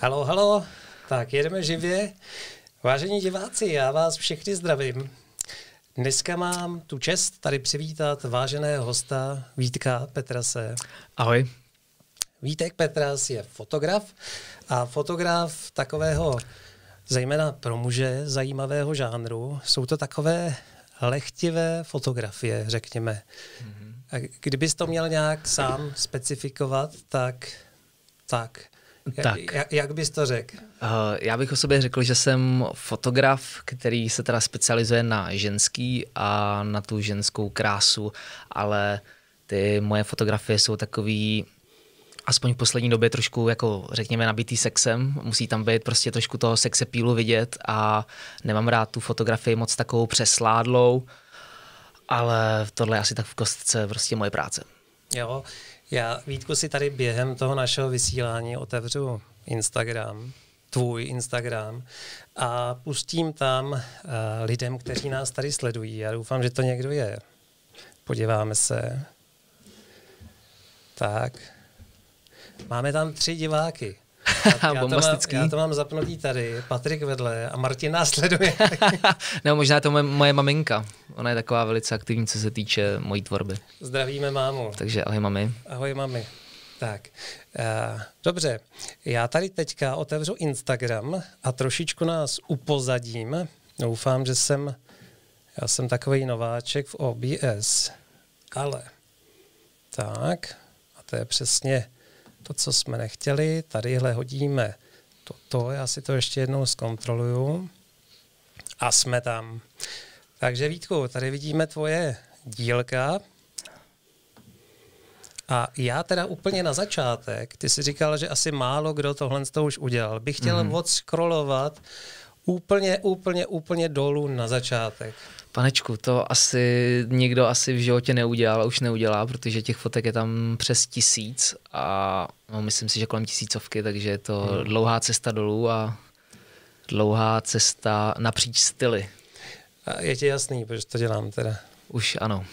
Halo, halo, tak jedeme živě. Vážení diváci, já vás všechny zdravím. Dneska mám tu čest tady přivítat váženého hosta Vítka Petrase. Ahoj. Vítek Petras je fotograf a fotograf takového, zejména pro muže, zajímavého žánru. Jsou to takové lehtivé fotografie, řekněme. A kdybys to měl nějak sám specifikovat, tak. Jak bys to řekl? Já bych o sobě řekl, že jsem fotograf, který se teda specializuje na ženský a na tu ženskou krásu, ale ty moje fotografie jsou takový, aspoň v poslední době trošku jako řekněme nabitý sexem. Musí tam být prostě trošku toho sexepílu vidět a nemám rád tu fotografii moc takovou přesládlou, ale tohle je asi tak v kostce prostě moje práce. Jo, já, Vítku, si tady během toho našeho vysílání otevřu Instagram, tvůj Instagram a pustím tam lidem, kteří nás tady sledují. Já doufám, že to někdo je. Podíváme se. Tak. Máme tam 3 diváky. Já to mám zapnutý tady, Patrik vedle a Martin nás sleduje. No, možná je to moje maminka. Ona je taková velice aktivní, co se týče mojí tvorby. Zdravíme mámu. Takže ahoj mami. Ahoj mami. Tak, dobře. Já tady teďka otevřu Instagram a trošičku nás upozadím. Doufám, že já jsem takovej nováček v OBS. Ale tak, a to je přesně to, co jsme nechtěli. Tadyhle hodíme toto, já si to ještě jednou zkontroluju. A jsme tam. Takže Vítku, tady vidíme tvoje dílka. A já teda úplně na začátek, ty jsi říkal, že asi málo kdo tohle už udělal. Bych chtěl odscrollovat úplně dolů na začátek. Panečku, to asi nikdo v životě neudělal a už neudělá, protože těch fotek je tam přes 1000 a no, myslím si, že kolem 1000, takže je to dlouhá cesta dolů a dlouhá cesta napříč styly. A je ti jasný, proč to dělám teda? Už ano.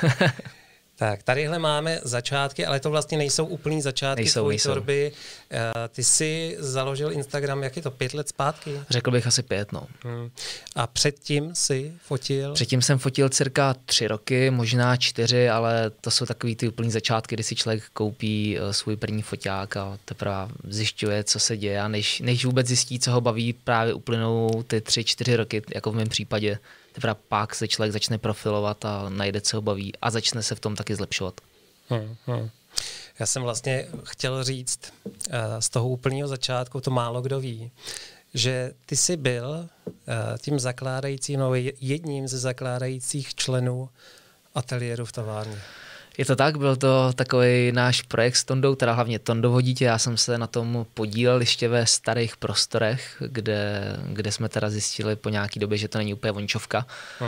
Tak, tadyhle máme začátky, ale to vlastně nejsou úplný začátky tvojí tvorby. Ty jsi založil Instagram, jak je to, 5 let zpátky? Řekl bych asi 5, no. A předtím jsi fotil? Předtím jsem fotil cirka 3 roky, možná 4, ale to jsou takový ty úplný začátky, kdy si člověk koupí svůj první foťák a teprve zjišťuje, co se děje a než vůbec zjistí, co ho baví, právě uplynou ty 3-4 roky, jako v mém případě. Teprve pak se člověk začne profilovat a najde, co ho baví a začne se v tom taky zlepšovat. Já jsem vlastně chtěl říct z toho úplného začátku, to málo kdo ví, že ty jsi byl tím zakládajícím, no jedním ze zakládajících členů ateliéru v továrně. Je to tak, byl to takový náš projekt s Tondou, teda hlavně Tondovo dítě. Já jsem se na tom podílel ještě ve starých prostorech, kde jsme teda zjistili po nějaký době, že to není úplně voňčovka.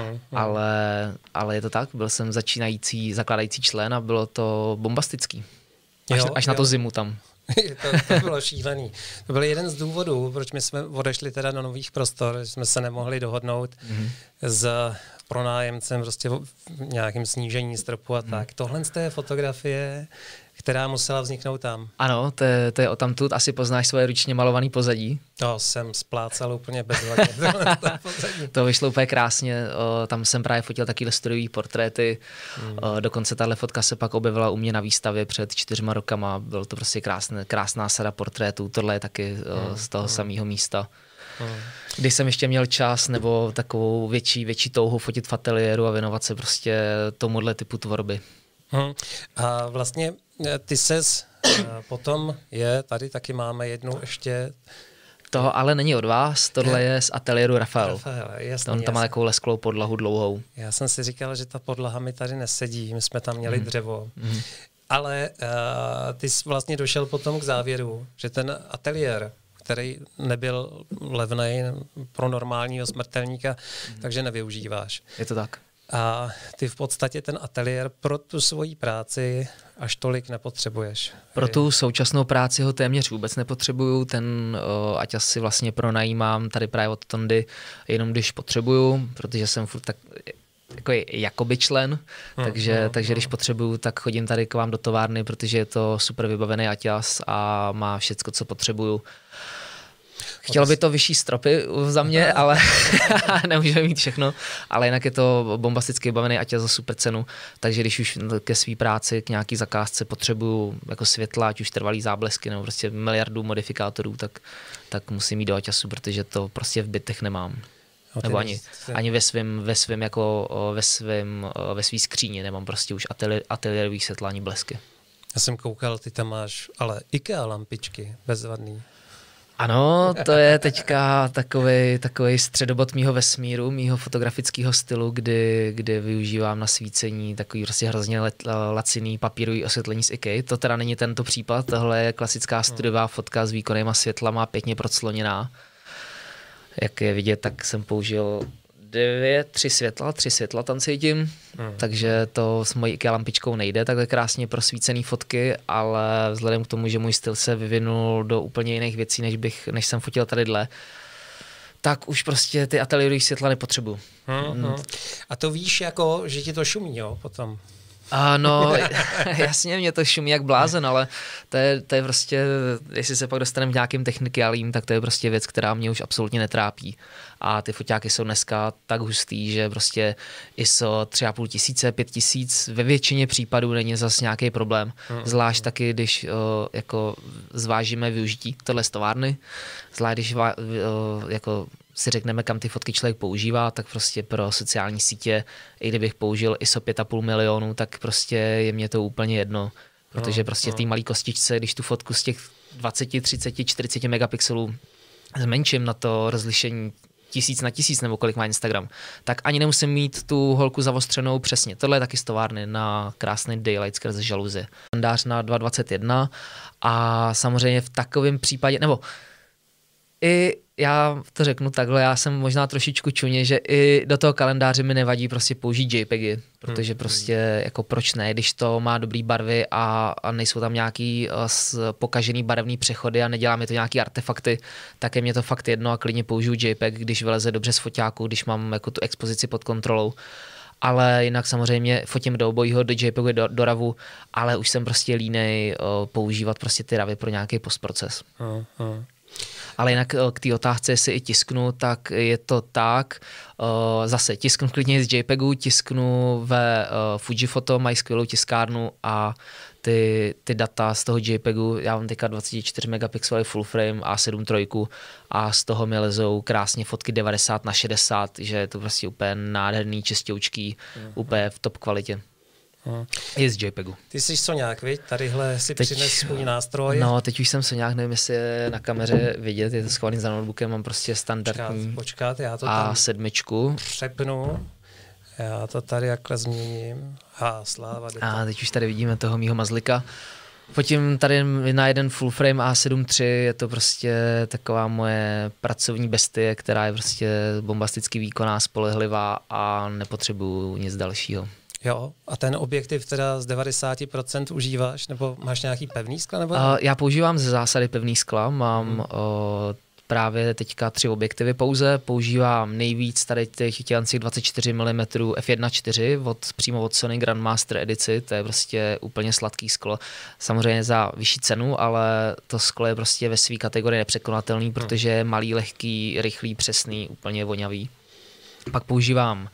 Ale je to tak, byl jsem zakládající člen a bylo to bombastický. Až na to zimu tam. To bylo šílený. To byl jeden z důvodů, proč my jsme odešli teda do nových prostor, že jsme se nemohli dohodnout s pronájemcem prostě v nějakým snížení stropu a tak. Tohle z té fotografie, která musela vzniknout tam. Ano, to je odtamtud. Asi poznáš svoje ručně malované pozadí. To jsem splácal úplně bezvadně. To vyšlo úplně krásně. Tam jsem právě fotil taky studiový portréty. Dokonce tahle fotka se pak objevila u mě na výstavě před 4 rokama. Bylo to prostě krásná sada portrétů. Tohle je taky z toho samého místa. Když jsem ještě měl čas nebo takovou větší touhu fotit v ateliéru a věnovat se prostě tomuhle typu tvorby. A vlastně ty ses potom tady taky máme jednu ještě. Toho ale není od vás, tohle je z ateliéru Rafael. Rafael, jasný, on tam má takovou lesklou podlahu dlouhou. Já jsem si říkal, že ta podlaha mi tady nesedí, my jsme tam měli dřevo. Ale ty jsi vlastně došel potom k závěru, že ten ateliér, který nebyl levnej pro normálního smrtelníka, takže nevyužíváš. Je to tak. A ty v podstatě ten ateliér pro tu svoji práci až tolik nepotřebuješ. Pro tu současnou práci ho téměř vůbec nepotřebuju, ať asi vlastně pronajímám tady právě od Tondy jenom když potřebuju, protože jsem furt tak jako jakoby člen, takže když potřebuju, tak chodím tady k vám do továrny, protože je to super vybavený aťas a má všecko, co potřebuju. Chtělo by to vyšší stropy za mě, ale nemůžeme mít všechno, ale jinak je to bombasticky vybavený, ať je za super cenu, takže když už ke své práci, k nějaký zakázce potřebuju jako světla, ať už trvalý záblesky nebo prostě miliardu modifikátorů, tak musím jít do Aťasu, protože to prostě v bytech nemám. Nebo ani ve svý skříni nemám prostě už ateliérový světla ani blesky. Já jsem koukal, ty tam máš ale IKEA lampičky bezvadný. Ano, to je teďka takový středobod mýho vesmíru, mýho fotografického stylu, kdy využívám na svícení takový prostě hrozně laciný papírový osvětlení z IKEA. To teda není tento případ, tohle je klasická studiová fotka s výkonnýma světlama, pěkně procloněná. Jak je vidět, tak jsem použil tři světla tam cítím, takže to s mojí IKEA lampičkou nejde takhle krásně prosvícený fotky, ale vzhledem k tomu, že můj styl se vyvinul do úplně jiných věcí, než jsem fotil tadyhle, tak už prostě ty ateliérový světla nepotřebuju. A to víš, jako, že ti to šumí, jo, potom? No, jasně, mě to šumí jak blázen, ale to je prostě, jestli se pak dostaneme k nějakým technikálím, tak to je prostě věc, která mě už absolutně netrápí. A ty foťáky jsou dneska tak hustý, že prostě ISO 3500, 5000 ve většině případů není zas nějaký problém. Zvlášť taky, když jako zvážíme využití tohle stovárny, zvlášť když jako si řekneme, kam ty fotky člověk používá, tak prostě pro sociální sítě, i kdybych použil ISO 5,5 milionu, tak prostě je mě to úplně jedno. Protože prostě v té malé kostičce, když tu fotku z těch 20, 30, 40 megapixelů zmenším na to rozlišení 1000 na 1000 nebo kolik má Instagram, tak ani nemusím mít tu holku zavostřenou přesně. Tohle je taky z továrny na krásný daylight skrze žaluzie. Kalendář na 2021 a samozřejmě v takovém případě, nebo i já to řeknu takhle, já jsem možná trošičku čuně, že i do toho kalendáře mi nevadí prostě použít JPEGy, protože prostě jako proč ne, když to má dobrý barvy a nejsou tam nějaký pokažený barevný přechody a nedělá mi to nějaký artefakty, tak je mě to fakt jedno a klidně použiju JPEG, když vyleze dobře z foťáku, když mám jako tu expozici pod kontrolou. Ale jinak samozřejmě fotím do obojího, do JPEGu, do RAWu, ale už jsem prostě línej používat prostě ty RAWy pro nějaký postproces. Ale jinak k té otázce, jestli i tisknu, tak je to tak. Zase tisknu klidně z JPEGu, tisknu ve Fujifoto, mají skvělou tiskárnu a ty data z toho JPEGu, já mám teďka 24 megapixelový full frame A7 III a z toho mi lezou krásně fotky 90x60, že je to prostě úplně nádherný, čistěučký, úplně v top kvalitě. Je z JPEGu. Ty jsi soňák, viď? Tadyhle si přines svůj nástroj. No, teď už jsem soňák, nevím, jestli je na kameře vidět, je to schválený za notebookem, mám prostě standardní počkat, já to tam A7. Přepnu, já to tady jakhle změním. Sláva. A teď už tady vidíme toho mýho mazlika. Fotím tady na jeden full frame A7 III, je to prostě taková moje pracovní bestie, která je prostě bombasticky výkonná, spolehlivá a nepotřebuju nic dalšího. Jo, a ten objektiv teda z 90% užíváš, nebo máš nějaký pevný skla? Nebo? Já používám ze zásady pevný skla, mám právě teďka 3 objektivy pouze, používám nejvíc tady těch 24 mm f1.4 přímo od Sony Grandmaster edici, to je prostě úplně sladký sklo, samozřejmě za vyšší cenu, ale to sklo je prostě ve své kategorii nepřekonatelný, protože je malý, lehký, rychlý, přesný, úplně vonavý. Pak používám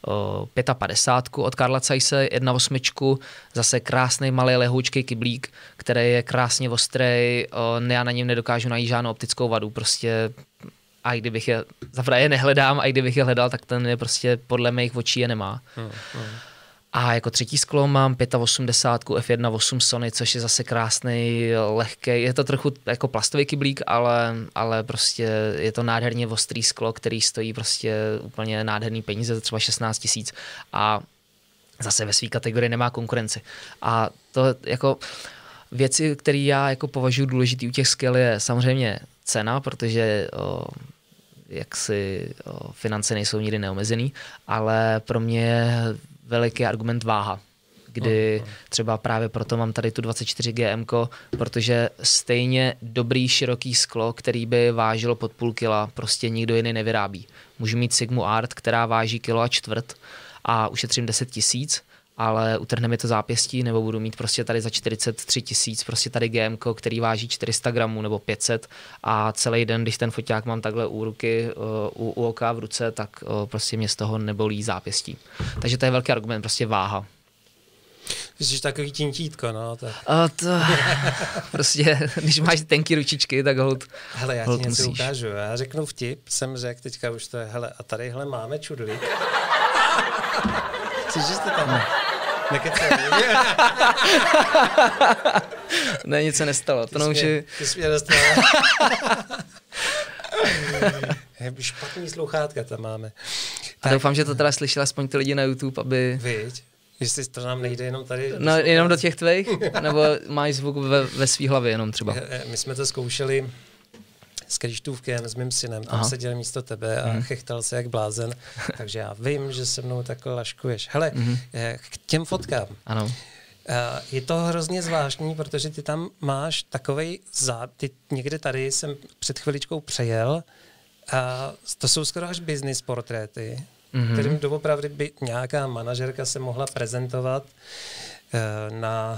55 od Karla Zeisse, 1.8, zase krásný malý lehoučký kyblík, který je krásně ostrý, já na něm nedokážu najít žádnou optickou vadu, prostě a i kdybych je, zaprvé je nehledám, a i kdybych je hledal, tak ten je prostě podle mých očí je nemá. A jako třetí sklo mám 85 f1.8 Sony, což je zase krásný, lehký. Je to trochu jako plastový kyblík, ale prostě je to nádherně ostrý sklo, který stojí prostě úplně nádherný peníze, třeba 16 000 a zase ve své kategorii nemá konkurenci. A to jako věci, které já jako považuji důležitý u těch skil je samozřejmě cena, protože finance nejsou nikdy neomezený, ale pro mě veliký argument váha, kdy třeba právě proto mám tady tu 24 GM, protože stejně dobrý široký sklo, který by vážilo pod půl kila, prostě nikdo jiný nevyrábí. Můžu mít Sigmu Art, která váží 1,25 kg a ušetřím 10 000 ale utrhne mi to zápěstí, nebo budu mít prostě tady za 43 000 prostě tady GMko, který váží 400 gramů nebo 500 a celý den, když ten foťák mám takhle u ruky, u oka v ruce, tak prostě mě z toho nebolí zápěstí. Takže to je velký argument, prostě váha. Jsi takový tintítko, no. Tak. Prostě, když máš tenký ručičky, tak holt. Hele, já ti něco ukážu. Já řeknu vtip, jsem řekl, teďka už to je, hele, a tadyhle máme čudlík. Slyšíš to tam? Nekecej. Ne, nic se nestalo. Ty jsi mě dostal. Špatný sluchátka tam máme. A doufám, že to teda slyšeli aspoň ty lidi na YouTube, aby... Viď? Jestli to nám nejde jenom tady... No, jenom do těch tvých? Nebo máš zvuk ve svý hlavě jenom třeba? My jsme to zkoušeli s Krištůvkem, s mým synem, tam seděl místo tebe a chechtal se jak blázen, takže já vím, že se mnou takhle laškuješ. Hele, k těm fotkám. Ano. Je to hrozně zvláštní, protože ty tam máš takovej ty někde tady jsem před chviličkou přejel a to jsou skoro až business portréty, kterým doopravdy by nějaká manažerka se mohla prezentovat na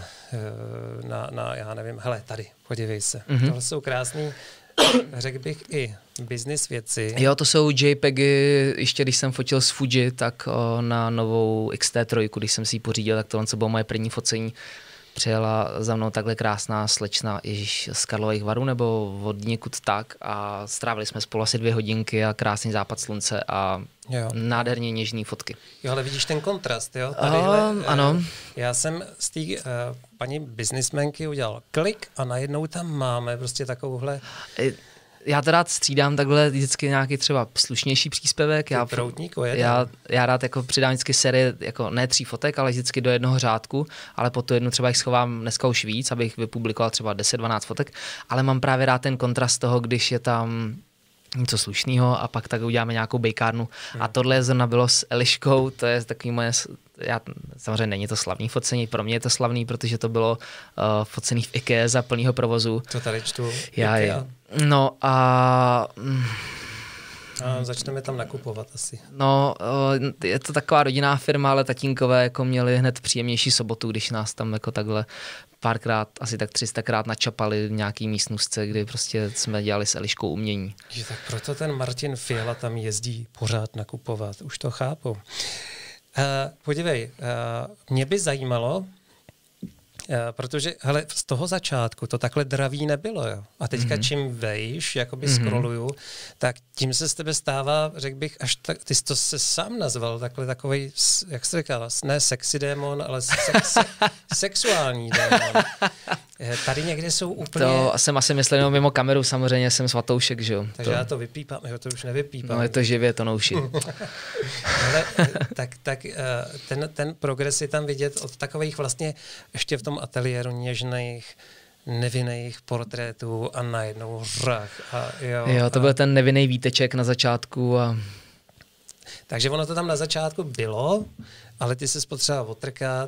já nevím, hele, tady, podívej se. Tohle jsou krásný, řekl bych, i business věci. Jo, to jsou JPEGy, ještě když jsem fotil s Fuji, tak na novou XT3, když jsem si ji pořídil, tak tohle bylo moje první focení. Přijela za mnou takhle krásná slečna z Karlových Varů nebo od někud tak a strávili jsme spolu asi 2 hodinky a krásný západ slunce a nádherně něžný fotky. Jo, ale vidíš ten kontrast, jo? Ano. Já jsem z té paní businessmanky udělal klik a najednou tam máme prostě takovouhle... Já to rád střídám takhle vždycky nějaký třeba slušnější příspěvek. Já rád jako přidám vždycky série, jako ne 3 fotek, ale vždycky do jednoho řádku, ale po tu jednu třeba jich schovám dneska už víc, abych vypublikoval třeba 10-12 fotek, ale mám právě rád ten kontrast toho, když je tam něco slušného a pak tak uděláme nějakou bejkárnu. A tohle zrovna bylo s Eliškou, to je takový moje... samozřejmě není to slavný focení, pro mě je to slavný, protože to bylo focený v IKEA za plného provozu. To tady čtu. Já. No a začneme tam nakupovat asi. No, je to taková rodinná firma, ale tatínkové jako měli hned příjemnější sobotu, když nás tam jako takhle párkrát, asi tak 300krát načapali v nějaký místnostce, kdy prostě jsme dělali s Eliškou umění. Tak proto ten Martin Fiala tam jezdí pořád nakupovat, už to chápu. Podívej, mě by zajímalo, protože hele, z toho začátku to takhle draví nebylo. Jo? A teďka čím vejš, jakoby scrolluju, tak tím se z tebe stává, řekl bych, až tak, ty jsi to se sám nazval, takhle takovej, jak jsi říkal, ne sexy démon, ale sexuální démon. Tady někde jsou úplně... To jsem asi myslel jenom mimo kameru, samozřejmě jsem svatoušek, že jo. Takže já to vypípám, jo, to už nevypípám. No je to živě, to nouši. Ale ten progres je tam vidět od takových vlastně ještě v tom ateliéru něžných, nevinných portrétů a najednou řach. Jo, to byl ten nevinný výteček na začátku. Takže ono to tam na začátku bylo, ale ty se potřeboval otrkat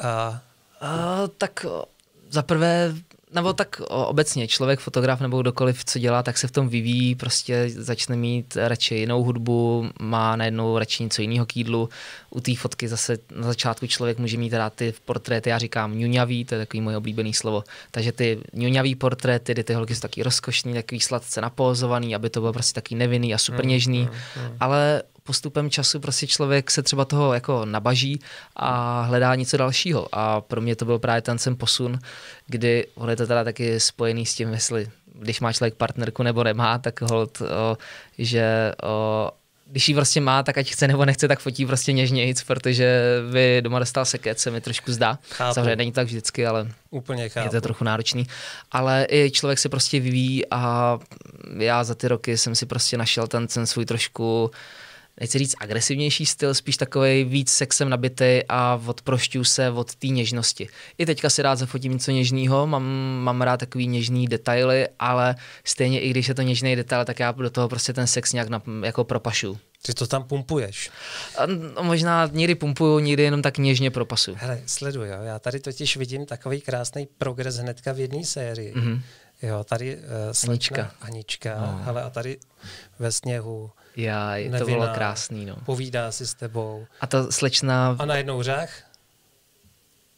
tak za prvé, nebo tak obecně člověk, fotograf nebo kdokoliv, co dělá, tak se v tom vyvíjí, prostě začne mít radši jinou hudbu, má najednou radši něco jiného k jídlu. U té fotky zase na začátku člověk může mít rád ty portréty, já říkám ňuňavý, to je takový moje oblíbený slovo. Takže ty ňuňavý portréty, kdy ty holky jsou taky rozkošný, takový sladce napózovaný, aby to bylo prostě taky nevinný a super něžný, ale postupem času prostě člověk se třeba toho jako nabaží a hledá něco dalšího. A pro mě to byl právě ten posun, kdy on je to teda taky spojený s tím, jestli když má člověk partnerku nebo nemá, tak holt, že když ji prostě má, tak ať chce nebo nechce, tak fotí prostě něžnějc, protože by doma dostal sekec, se mi trošku zdá. Samozřejmě není to tak vždycky, ale úplně chápu. Je to trochu náročný. Ale i člověk se prostě vyvíjí a já za ty roky jsem si prostě našel ten svůj trošku, nechci říct agresivnější styl, spíš takovej víc sexem nabitý a odprošťuju se od té něžnosti. I teďka si rád zafotím něco něžného, mám rád takový něžný detaily, ale stejně i když je to něžný detail, tak já do toho prostě ten sex nějak jako propašu. Ty to tam pumpuješ? Možná někdy pumpuju, někdy jenom tak něžně propasu. Hele, sleduj, jo. Já tady totiž vidím takový krásný progres hnedka v jedné sérii. Jo, tady slečna Anička, no. Hele, a tady ve sněhu. To bylo krásný, no. Povídá si s tebou. A ta slečna... A najednou řach?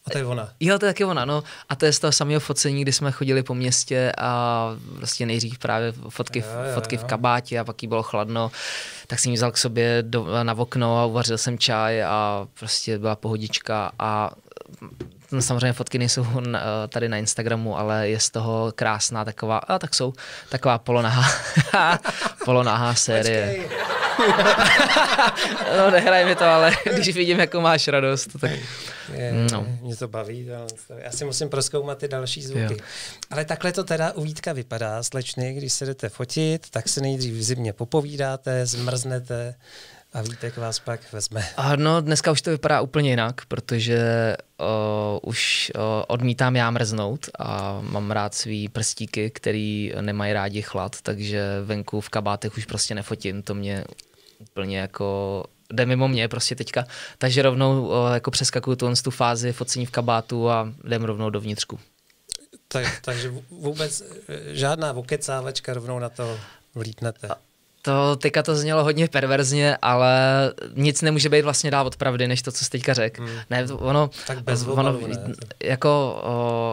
A to je ona. Jo, to je taky ona, no. A to je z toho samého focení, kdy jsme chodili po městě a prostě nejdřív právě fotky v kabátě a pak jí bylo chladno, tak jsem ji vzal k sobě na okno a uvařil jsem čaj a prostě byla pohodička a no, samozřejmě fotky nejsou tady na Instagramu, ale je z toho krásná taková polonahá série. No nehraj mi to, ale když vidím, jakou máš radost, tak... No. Mě to baví. Já si musím prozkoumat ty další zvuky. Jo. Ale takhle to teda u Vítka vypadá, slečny, když se jdete fotit, tak se nejdřív v zimě popovídáte, zmrznete a Vítek vás pak vezme. No, dneska už to vypadá úplně jinak, protože už odmítám já mrznout a mám rád svý prstíky, který nemají rádi chlad, takže venku v kabátech už prostě nefotím, to mě úplně jako jde mimo mě prostě teďka, takže rovnou jako přeskakuju tu fázi focení v kabátu a jdem rovnou dovnitřku. Takže vůbec žádná okecávačka, rovnou na to vlítnete. Teďka to znělo hodně perverzně, ale nic nemůže být vlastně dál od pravdy, než to, co jsi teďka řekl. Ne, tak bez obalu, ne? Jako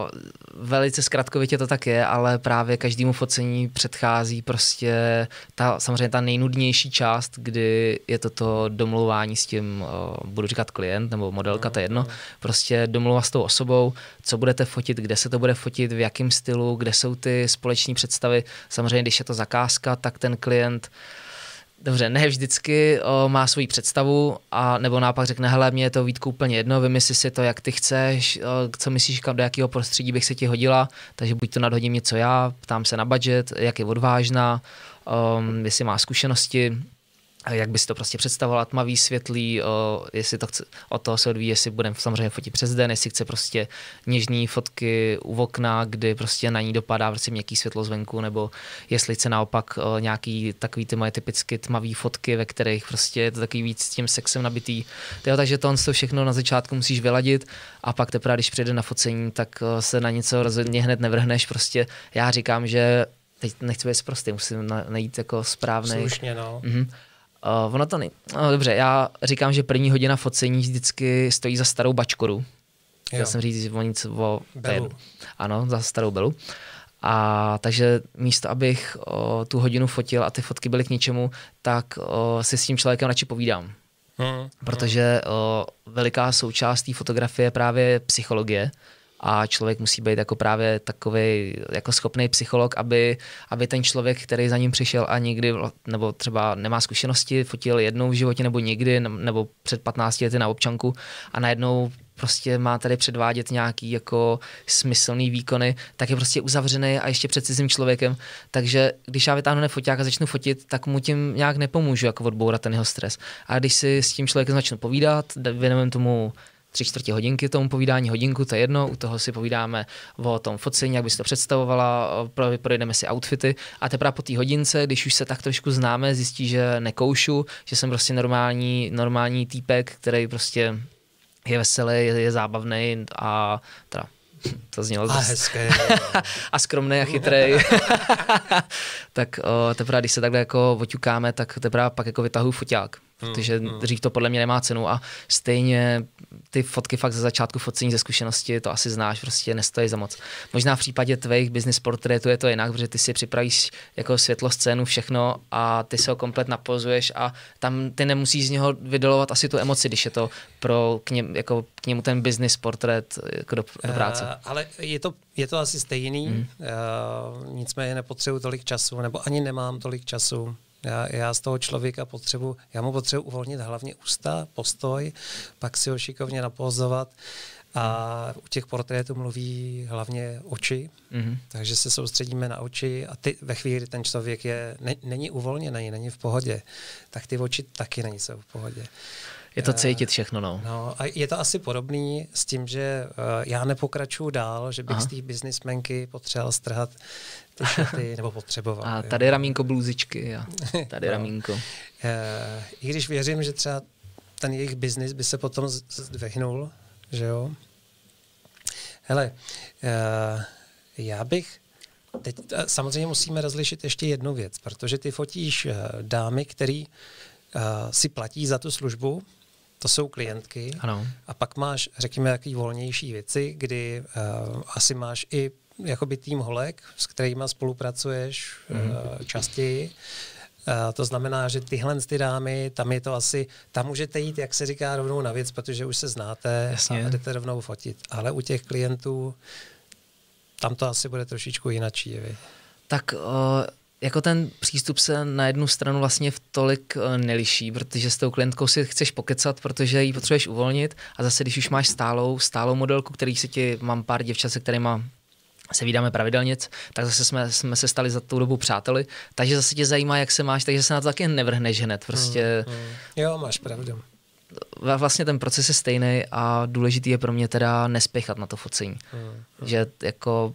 velice zkratkovitě to tak je, ale právě každému focení předchází prostě samozřejmě ta nejnudnější část, kdy je to domlouvání s tím, budu říkat klient nebo modelka, to je jedno, prostě domluva s tou osobou, co budete fotit, kde se to bude fotit, v jakém stylu, kde jsou ty společní představy. Samozřejmě, když je to zakázka, tak ten klient dobře, ne vždycky má svoji představu a nebo naopak řekne, hele, mě je to Vítku úplně jedno, vymysli si to, jak ty chceš, co myslíš, do jakého prostředí bych se ti hodila, takže buď to nadhodím něco já, ptám se na budget, jak je odvážná, jestli má zkušenosti, jak bys to prostě představovala, tmavý, světlý, jestli to chce, od toho se odvíjí, jestli budeme samozřejmě fotit přes den, jestli chce prostě něžný fotky u okna, kdy prostě na ní dopadá prostě měkký světlo zvenku, nebo jestli chce naopak nějaký takový ty moje typicky tmavý fotky, ve kterých prostě je to takový víc s tím sexem nabitý. Takže to všechno na začátku musíš vyladit a pak teprve, když přijde na focení, tak se na něco rozhodně hned nevrhneš. Prostě já říkám, že teď nechci být prostý, musím najít jako správný. Slušně, no. Ono to no, dobře, já říkám, že první hodina focení vždycky stojí za starou bačkoru. Chtěl jsem říct o nic o Belu. Ano, za starou Belu. A takže místo, abych tu hodinu fotil a ty fotky byly k ničemu, tak si s tím člověkem radši povídám. Protože veliká součást té fotografie je právě psychologie. A člověk musí být jako právě takovej jako schopný psycholog, aby ten člověk, který za ním přišel a nikdy, nebo třeba nemá zkušenosti, fotil jednou v životě nebo nikdy, nebo před 15 lety na občanku a najednou prostě má tady předvádět nějaký jako smyslný výkony, tak je prostě uzavřený a ještě před cizím člověkem. Takže když já vytáhnu foťák a začnu fotit, tak mu tím nějak nepomůžu jako odbourat ten jeho stres. A když si s tím člověkem začnu povídat, věnujeme tomu 3/4 hodinky tomu povídání, hodinku, to je jedno, u toho si povídáme o tom focení, jak bys to představovala, projdeme si outfity a teprve po té hodince, když už se tak trošku známe, zjistí, že nekoušu, že jsem prostě normální týpek, který prostě je veselý, je zábavný a teda to znělo hezké. a skromný a chytrej. Tak teprve, když se takhle jako oťukáme, tak teprve pak jako vytahuji foťák. Protože dřív to podle mě nemá cenu a stejně ty fotky fakt ze začátku focení ze zkušenosti, to asi znáš, prostě nestojí za moc. Možná v případě tvých business portrétů je to jinak, protože ty si připravíš jako světlo, scénu, všechno a ty se ho komplet napozuješ a tam ty nemusíš z něho vydolovat asi tu emoci, když je to k němu ten business portrét jako do práce. Ale je to asi stejný, nicméně nepotřebuji tolik času, nebo ani nemám tolik času. Já z toho člověka já mu potřebuji uvolnit hlavně ústa, postoj, pak si ho šikovně napózovat a u těch portrétů mluví hlavně oči, takže se soustředíme na oči a ve chvíli ten člověk není uvolněný, není v pohodě, tak ty oči taky nejsou v pohodě. Je to cítit všechno, no. No a je to asi podobný s tím, že já nepokračuju dál, že bych z té businessmenky potřeboval strhat ty šaty, nebo potřeboval. A tady ramínko blůzičky a tady ramínko. I když věřím, že třeba ten jejich biznis by se potom zdvihnul, že jo. Hele, já bych teď samozřejmě musíme rozlišit ještě jednu věc, protože ty fotíš dámy, který si platí za tu službu, to jsou klientky. Ano. A pak máš, řekněme, jaký volnější věci, kdy asi máš i jakoby tým holek, s kterými spolupracuješ častěji. To znamená, že tyhle ty dámy, tam je to asi, tam můžete jít, jak se říká, rovnou na věc, protože už se znáte. Jasně. A jdete rovnou fotit. Ale u těch klientů tam to asi bude trošičku jinačí. Tak jako ten přístup se na jednu stranu vlastně v tolik neliší, protože s tou klientkou si chceš pokecat, protože ji potřebuješ uvolnit a zase, když už máš stálou modelku, který mám pár děvčat, se kterýma se vídáme pravidelně, tak zase jsme se stali za tou dobu přáteli, takže zase tě zajímá, jak se máš, takže se na to taky nevrhneš hned. Prostě. Jo, máš pravdu. Vlastně ten proces je stejný a důležitý je pro mě teda nespěchat na to focení. Že jako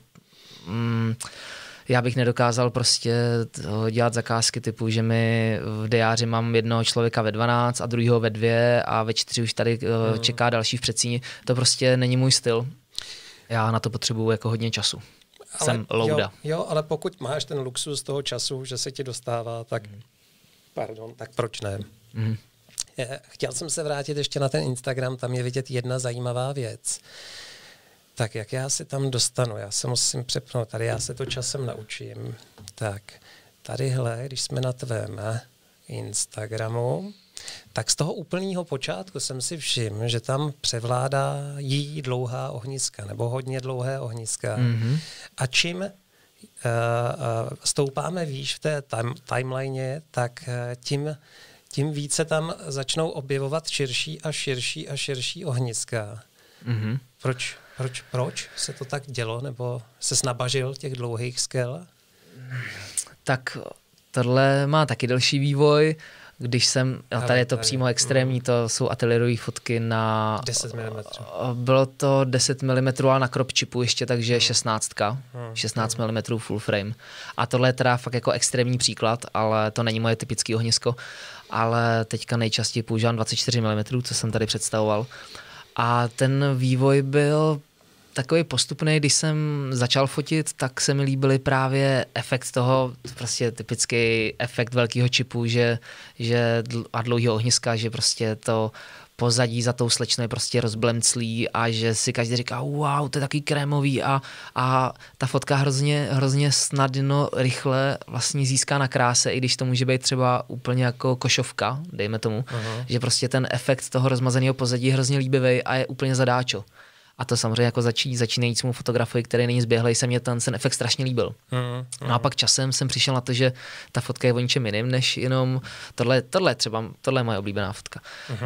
já bych nedokázal prostě dělat zakázky typu, že mi v diáři mám jednoho člověka ve 12 a druhýho ve 2 a ve 4 už tady čeká další v předsíni. To prostě není můj styl. Já na to potřebuju jako hodně času. Jsem louda. Jo, ale pokud máš ten luxus toho času, že se ti dostává, tak tak proč ne? Chtěl jsem se vrátit ještě na ten Instagram, tam je vidět jedna zajímavá věc. Tak jak já se tam dostanu? Já se musím přepnout, tady já se to časem naučím. Tak, tadyhle, když jsme na tvém Instagramu, tak z toho úplného počátku jsem si všiml, že tam převládá jí dlouhá ohniska, nebo hodně dlouhé ohniska. A čím stoupáme výš v té timeline, tak tím více tam začnou objevovat širší a širší a širší ohniska. Proč se to tak dělo, nebo se snabažil těch dlouhých skel? Tak tohle má taky delší vývoj. Když jsem, tady je to přímo extrémní, to jsou ateliérové fotky na 10 mm. Bylo to 10 mm, ale na crop chipu ještě, takže 16 mm full frame. A tohle je teda fakt jako extrémní příklad, ale to není moje typické ohnisko. Ale teďka nejčastěji používám 24 mm, co jsem tady představoval. A ten vývoj byl takový postupný, když jsem začal fotit, tak se mi líbily právě efekt toho, prostě typický efekt velkého čipu, a dlouhého ohniska, že prostě to pozadí za tou slečnou je prostě rozblemclý a že si každý říká, wow, to je takový krémový a ta fotka hrozně snadno, rychle vlastně získá na kráse, i když to může být třeba úplně jako košovka, dejme tomu, že prostě ten efekt toho rozmazaného pozadí je hrozně líbivý a je úplně zadáčo. A to samozřejmě jako začínajícímu fotografovi, který není zběhlej, se mě ten efekt strašně líbil. No a pak časem jsem přišel na to, že ta fotka je o ničem jiným, než jenom tohle je moje oblíbená fotka.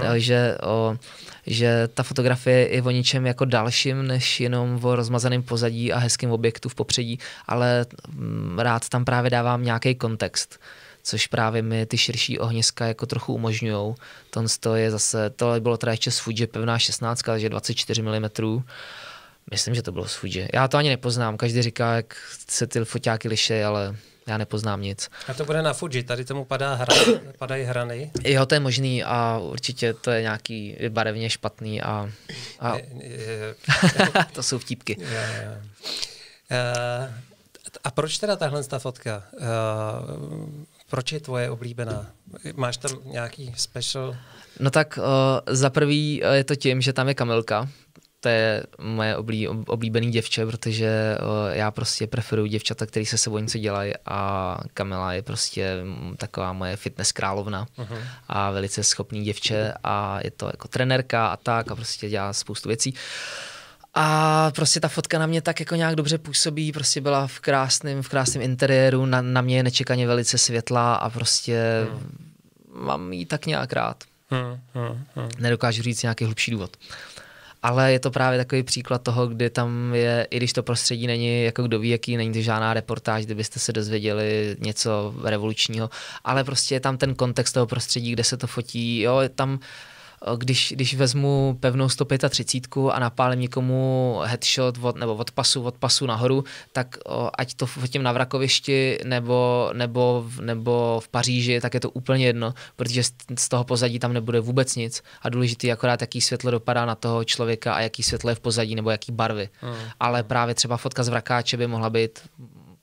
Že ta fotografie je o ničem jako dalším, než jenom o rozmazaném pozadí a hezkém objektu v popředí, ale rád tam právě dávám nějaký kontext, což právě mi ty širší ohniska jako trochu umožňujou. Tohle bylo teda ještě z Fuji pevná 16, takže 24 mm. Myslím, že to bylo z Fuji. Já to ani nepoznám, každý říká, jak se ty foťáky liší, ale já nepoznám nic. A to bude na Fuji, tady tomu padají hrany. Jo, to je možný a určitě to je nějaký barevně špatný a to jsou vtípky. A proč teda tahle fotka? Proč je tvoje oblíbená? Máš tam nějaký special? No tak za prvý je to tím, že tam je Kamilka. To je moje oblíbený děvče, protože já prostě preferuji děvčata, který se sebou něco dělají a Kamila je prostě taková moje fitness královna a velice schopný děvče a je to jako trenérka a tak a prostě dělá spoustu věcí. A prostě ta fotka na mě tak jako nějak dobře působí, prostě byla v krásném interiéru, na mě je nečekaně velice světlá a prostě mám jí tak nějak rád. Nedokážu říct nějaký hlubší důvod. Ale je to právě takový příklad toho, kdy tam je, i když to prostředí není jako kdo ví jaký, není to žádná reportáž, kdybyste se dozvěděli něco revolučního, ale prostě je tam ten kontext toho prostředí, kde se to fotí, jo, je tam. Když vezmu pevnou 135 a napálím někomu headshot od pasu nahoru, tak ať to fotím na vrakovišti nebo v Paříži, tak je to úplně jedno, protože z toho pozadí tam nebude vůbec nic a důležitý je akorát, jaký světlo dopadá na toho člověka a jaký světlo je v pozadí nebo jaký barvy. Ale právě třeba fotka z vrakáče by mohla být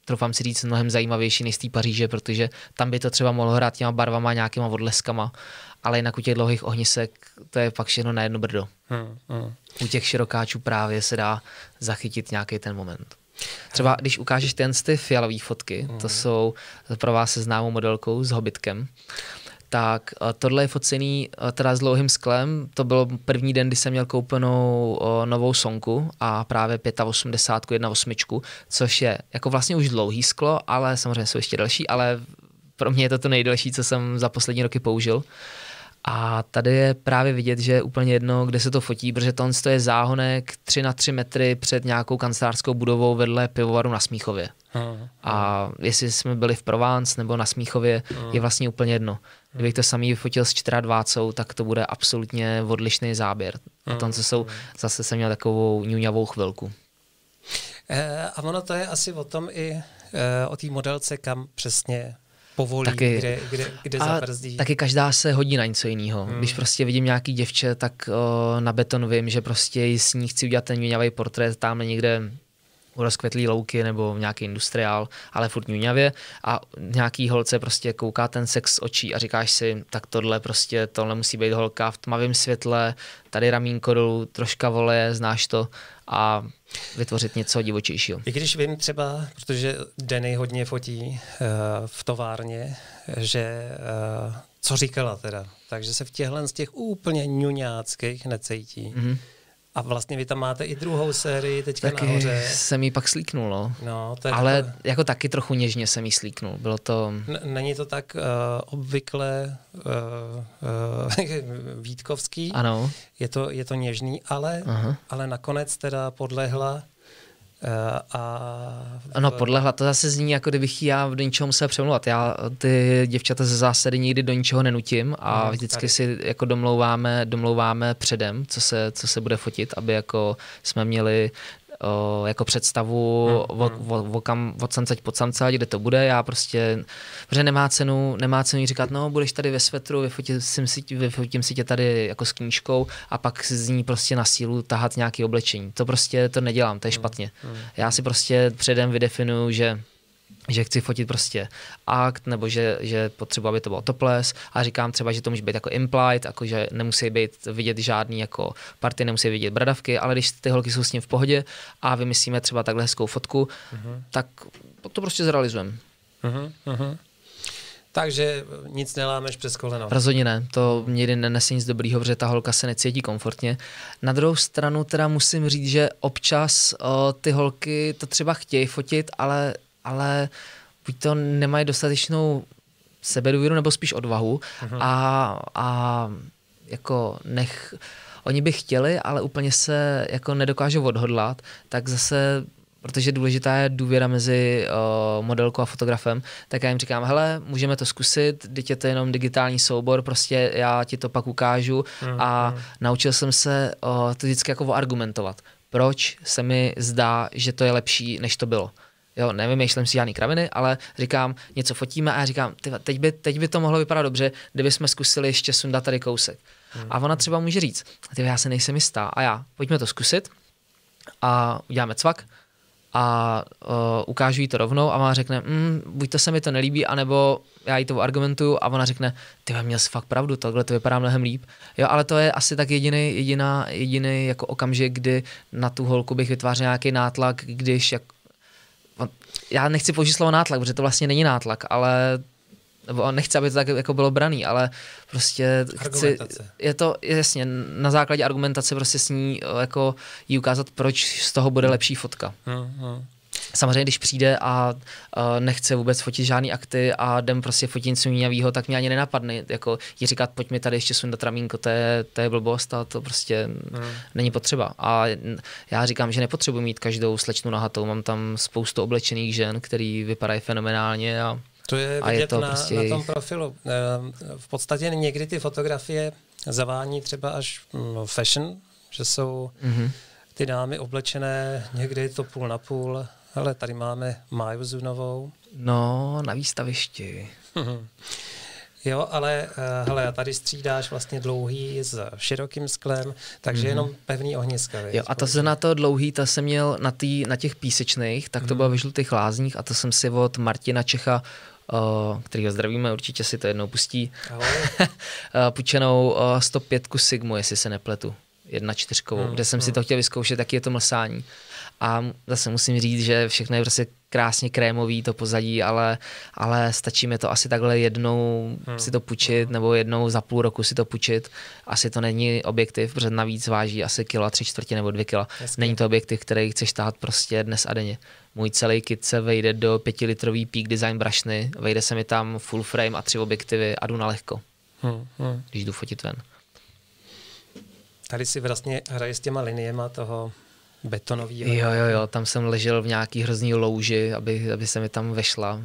troufám si říct, mnohem zajímavější než z té Paříže, protože tam by to třeba mohlo hrát těma barvama, nějakýma odleskama, ale jinak u těch dlouhých ohnisek to je pak všechno na jedno brdo. U těch širokáčů právě se dá zachytit nějaký ten moment. Třeba když ukážeš ty fialové fotky, to jsou pro vás se známou modelkou s hobitkem, tak tohle je focený teda s dlouhým sklem. To byl první den, kdy jsem měl koupenou novou Sonku a právě 85 1.8, což je jako vlastně už dlouhý sklo, ale samozřejmě jsou ještě další, ale pro mě je to nejdelší, co jsem za poslední roky použil. A tady je právě vidět, že je úplně jedno, kde se to fotí, protože to je záhonek 3 na 3 metry před nějakou kancelářskou budovou vedle pivovaru na Smíchově. A jestli jsme byli v Provence nebo na Smíchově, je vlastně úplně jedno. Kdybych to samý vyfotil s 4x20, tak to bude absolutně odlišný záběr. Zase jsem měl takovou ňuňavou chvilku. A ono to je asi o tom i o té modelce, kam přesně povolí, taky, kde zabrzdí. Taky každá se hodí na něco jiného. Když prostě vidím nějaký děvče, tak na beton vím, že prostě s ní chci udělat ten ňuňavý portrét tamhle někde u rozkvetlý louky nebo nějaký industriál, ale furt ňuňavě a nějaký holce prostě kouká ten sex očí a říkáš si, tak tohle musí být holka v tmavém světle, tady ramínko dolů, troška voleje, znáš to a vytvořit něco divočejšího. I když vím třeba, protože Denny hodně fotí v továrně, že co říkala teda, takže se v z těch úplně ňuňáckých necejtí. A vlastně vy tam máte i druhou sérii teďka taky nahoře. Jsem jí pak slíknul, ale to... jako taky trochu něžně jsem jí slíknul. Bylo to... Není to tak obvykle vítkovský. Ano. Je to něžný, ale nakonec teda podlehla podlehla, to zase zní, jako kdybych já do ničeho musel přemlouvat. Já ty děvčata ze zásady nikdy do ničeho nenutím a vždycky si jako domlouváme předem, co se bude fotit, aby jako jsme měli jako představu od samcať pod samcať, kde to bude. Já prostě, protože nemá cenu jí říkat, no budeš tady ve svetru, vyfotím si tě tady jako s knížkou a pak z ní prostě na sílu tahat nějaké oblečení. To prostě to nedělám, to je špatně. Já si prostě předem vydefinuju, že chci fotit prostě akt, nebo že potřebuji, aby to bylo topless a říkám třeba, že to může být jako implied, jako že nemusí být vidět žádný jako party, nemusí vidět bradavky, ale když ty holky jsou s ním v pohodě a vymyslíme třeba takhle hezkou fotku, tak to prostě zrealizujeme. Takže nic nelámeš přes koleno. Rozhodně ne, to nikdy nenese nic dobrýho, protože ta holka se necítí komfortně. Na druhou stranu teda musím říct, že občas ty holky to třeba chtějí fotit, ale buď to nemají dostatečnou sebedůvěru nebo spíš odvahu a jako oni by chtěli, ale úplně se jako nedokážou odhodlat, tak zase, protože důležitá je důvěra mezi modelkou a fotografem, tak já jim říkám, hele, můžeme to zkusit, teď je to jenom digitální soubor, prostě já ti to pak ukážu a naučil jsem se to vždycky jako argumentovat. Proč se mi zdá, že to je lepší, než to bylo? Jo, nevymýšlím si žádný kraviny, ale říkám, něco fotíme a já říkám, teď by to mohlo vypadat dobře, kdyby jsme zkusili ještě sundat tady kousek. A ona třeba může říct, já se nejsem jistá a já, pojďme to zkusit a uděláme cvak a ukážu jí to rovnou a ona řekne, buď to se mi to nelíbí, anebo já jí to argumentuju a ona řekne, měl jsi fakt pravdu, tohle to vypadá mnohem líp. Jo, ale to je asi tak jediný jako okamžik, kdy na tu holku bych vytvářel nějaký nátlak, když já nechci použít slovo nátlak, protože to vlastně není nátlak, ale nebo nechci, aby to tak jako bylo braný, ale prostě je to jasně na základě argumentace prostě s ní jako jí ukázat, proč z toho bude lepší fotka. Samozřejmě, když přijde a nechce vůbec fotit žádný akty a jdem prostě fotit něco mínavýho, tak mě ani nenapadne jako jí říkat, pojď mi tady ještě sundat ramínko, to je blbost a to prostě není potřeba. A já říkám, že nepotřebuji mít každou slečnu nahatou, mám tam spoustu oblečených žen, který vypadají fenomenálně a to je vidět na tom profilu. V podstatě někdy ty fotografie zavání třeba až fashion, že jsou ty dámy oblečené, někdy je to půl na půl, ale tady máme Máju Zunovou. No, na výstavišti. Jo, ale hele, tady střídáš vlastně dlouhý s širokým sklem, takže jenom pevný ohniska. Jo, a to se na to dlouhý, to jsem měl na těch písečných, tak to bylo ve Žlutých lázních a to jsem si od Martina Čecha, kterýho zdravíme, určitě si to jednou pustí, půjčenou 105 Sigmu, jestli se nepletu, 1.4, kde jsem si to chtěl vyzkoušet, taky je to mlsání. A zase musím říct, že všechno je prostě krásně krémový, to pozadí, ale stačí mi to asi takhle jednou si to půjčit, nebo jednou za půl roku si to půjčit. Asi to není objektiv, protože navíc váží asi 3/4 nebo 2 kila. Není to objektiv, který chceš tahat prostě dnes a denně. Můj celý kit se vejde do 5-litrový Peak Design brašny, vejde se mi tam full frame a 3 objektivy a jdu na lehko, když jdu fotit ven. Tady si vlastně hraje s těma liniema toho betonovýho. Jo, tam jsem ležel v nějaký hrozný louži, aby se mi tam vešla.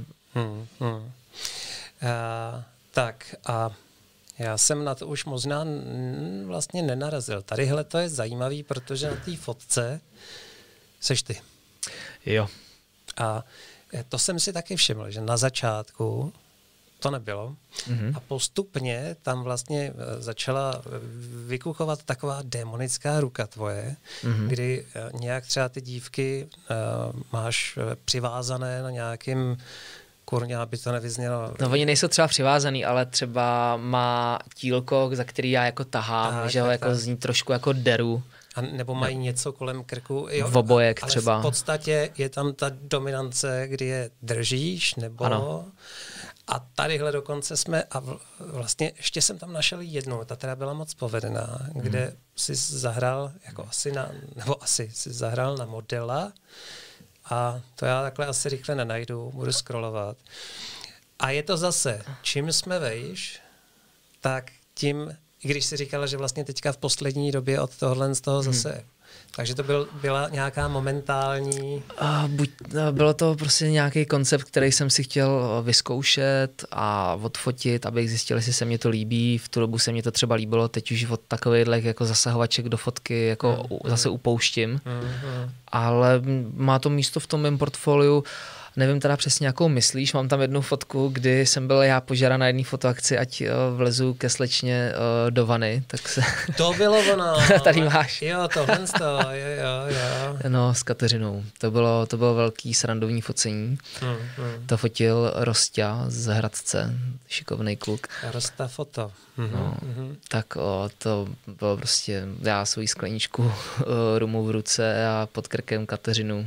Tak a já jsem na to už možná vlastně nenarazil. Tadyhle to je zajímavý, protože na té fotce seš ty. Jo. A to jsem si taky všiml, že na začátku to nebylo. A postupně tam vlastně začala vykuchovat taková démonická ruka tvoje, kdy nějak třeba ty dívky máš přivázané na nějakým, kurně, aby to nevyznělo. No oni nejsou třeba přivázaný, ale třeba má tílko, za který já jako tahám, že ho jako z ní trošku jako deru. A nebo mají něco kolem krku. Jo, v obojek ale třeba. V podstatě je tam ta dominance, kdy je držíš, nebo... Ano. A tadyhle dokonce jsme, a vlastně ještě jsem tam našel jednu, ta teda byla moc povedená, kde si zahrál, jako asi si zahrál na modela a to já takhle asi rychle nenajdu, budu scrollovat. A je to zase, čím jsme vejš, tak tím, i když si říkala, že vlastně teďka v poslední době od tohohle z toho zase... Takže to byla nějaká momentální... Bylo to prostě nějaký koncept, který jsem si chtěl vyzkoušet a odfotit, abych zjistil, jestli se mně to líbí. V tu dobu se mně to třeba líbilo, teď už od takovýchhle jako zasahovaček do fotky jako zase upouštím. Ale má to místo v tom mém portfoliu. Nevím teda přesně, jakou myslíš. Mám tam jednu fotku, kdy jsem byl já požádán na jedné fotoakci, ať vlezu ke slečně do vany. Tak se... To bylo ono. Tady máš. Jo, tohle z toho, jo. No, s Kateřinou. To bylo velký srandovní focení. To fotil Rostia z Hradce, šikovnej kluk. Rosta foto. Tak to bylo prostě, já svoji skleničku rumu v ruce a pod krkem Kateřinu.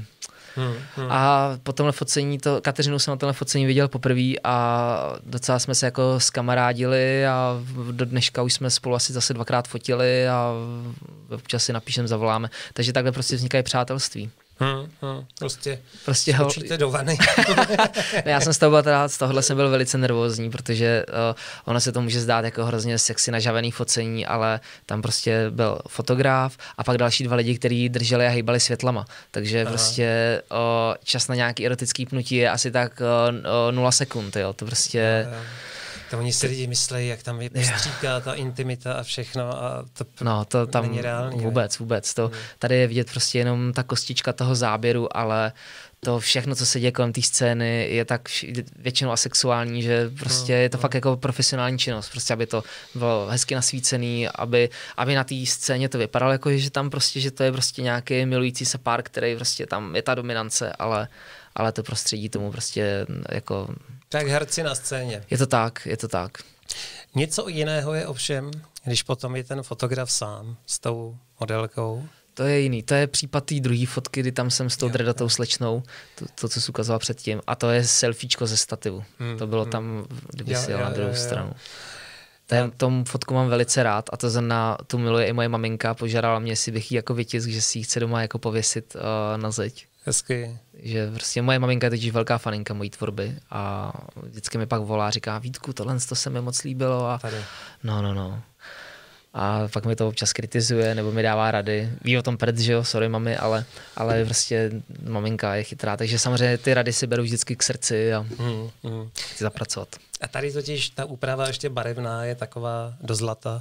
A po tomhle focení, Kateřinu jsem na tomhle focení viděl poprvé a docela jsme se jako skamarádili a do dneška už jsme spolu asi zase 2krát fotili a občas si napíšem, zavoláme. Takže takhle prostě vznikají přátelství. Prostě skočíte do vany. Já jsem z tohohle jsem byl velice nervózní, protože ono se to může zdát jako hrozně sexy nažavený focení, ale tam prostě byl fotograf a pak další 2 lidi, kteří drželi a hejbali světlama. Takže prostě čas na nějaký erotický pnutí je asi tak 0 sekund, jo. To prostě... To oni si lidi myslejí, jak tam je pstříká ta intimita a všechno a to tam není reálný. Vůbec. Tady je vidět prostě jenom ta kostička toho záběru, ale to všechno, co se děje kolem té scény, je tak většinou asexuální, že prostě je to fakt jako profesionální činnost, prostě aby to bylo hezky nasvícený, aby na té scéně to vypadalo jako, že tam prostě, že to je prostě nějaký milující se pár, který prostě tam je ta dominance, ale to prostředí tomu prostě jako... Tak herci na scéně. Je to tak. Něco jiného je ovšem, když potom je ten fotograf sám s tou modelkou. To je jiný. To je případ té druhé fotky, kdy tam jsem s tou dredatou slečnou, to, co jsi ukazoval předtím. A to je selfiečko ze stativu. To bylo tam, kdyby si jel na druhou stranu. Tomu fotku mám velice rád a tu miluje i moje maminka. Požádala mě, jestli bych jí jako vytisk, že si ji chce doma jako pověsit na zeď. Hezky. Že prostě moje maminka je totiž velká faninka mojí tvorby a vždycky mi pak volá, říká, Vítku, tohle se mi moc líbilo a no. A pak mi to občas kritizuje nebo mi dává rady. Ví o tom prd, že jo, sorry mami, ale prostě maminka je chytrá, takže samozřejmě ty rady si beru vždycky k srdci a chci zapracovat. A tady totiž ta úprava ještě barevná je taková do zlata.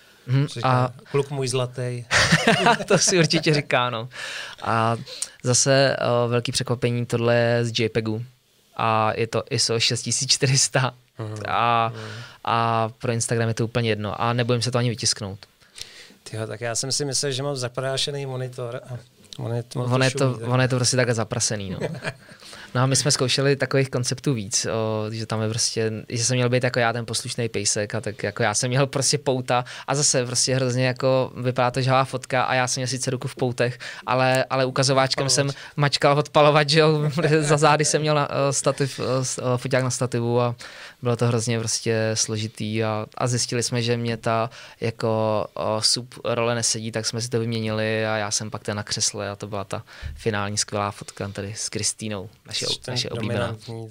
A kluk můj zlatý. To si určitě říká, no. A zase velký překvapení, tohle je z JPEGu a je to ISO 6400 a pro Instagram je to úplně jedno a nebojím se to ani vytisknout. Tyjo, tak já jsem si myslel, že mám zaprášený monitor a ono je to prostě takhle zaprasený. No. No a my jsme zkoušeli takových konceptů víc, že tam je prostě, že jsem měl být jako já ten poslušný pejsek a tak jako já jsem měl prostě pouta a zase prostě hrozně jako vypadá to žhavá fotka a já jsem měl sice ruku v poutech, ale ukazováčkem jsem mačkal odpalovat, že jo, za zády jsem měl foťák na stativu a bylo to hrozně prostě složitý a zjistili jsme, že mě ta jako sub role nesedí, tak jsme si to vyměnili a já jsem pak ten na křesle a to byla ta finální skvělá fotka tady s Kristýnou, naše oblíbená.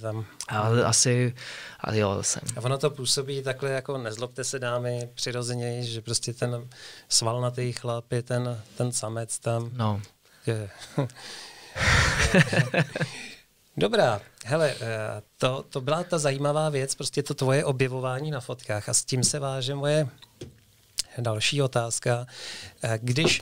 A jo, jsem. A ono to působí takhle jako nezlobte se dámy přirozeně, že prostě ten svalnatý chlap je ten samec tam. No. Je. Dobrá, hele, to byla ta zajímavá věc, prostě to tvoje objevování na fotkách a s tím se váže moje další otázka. Když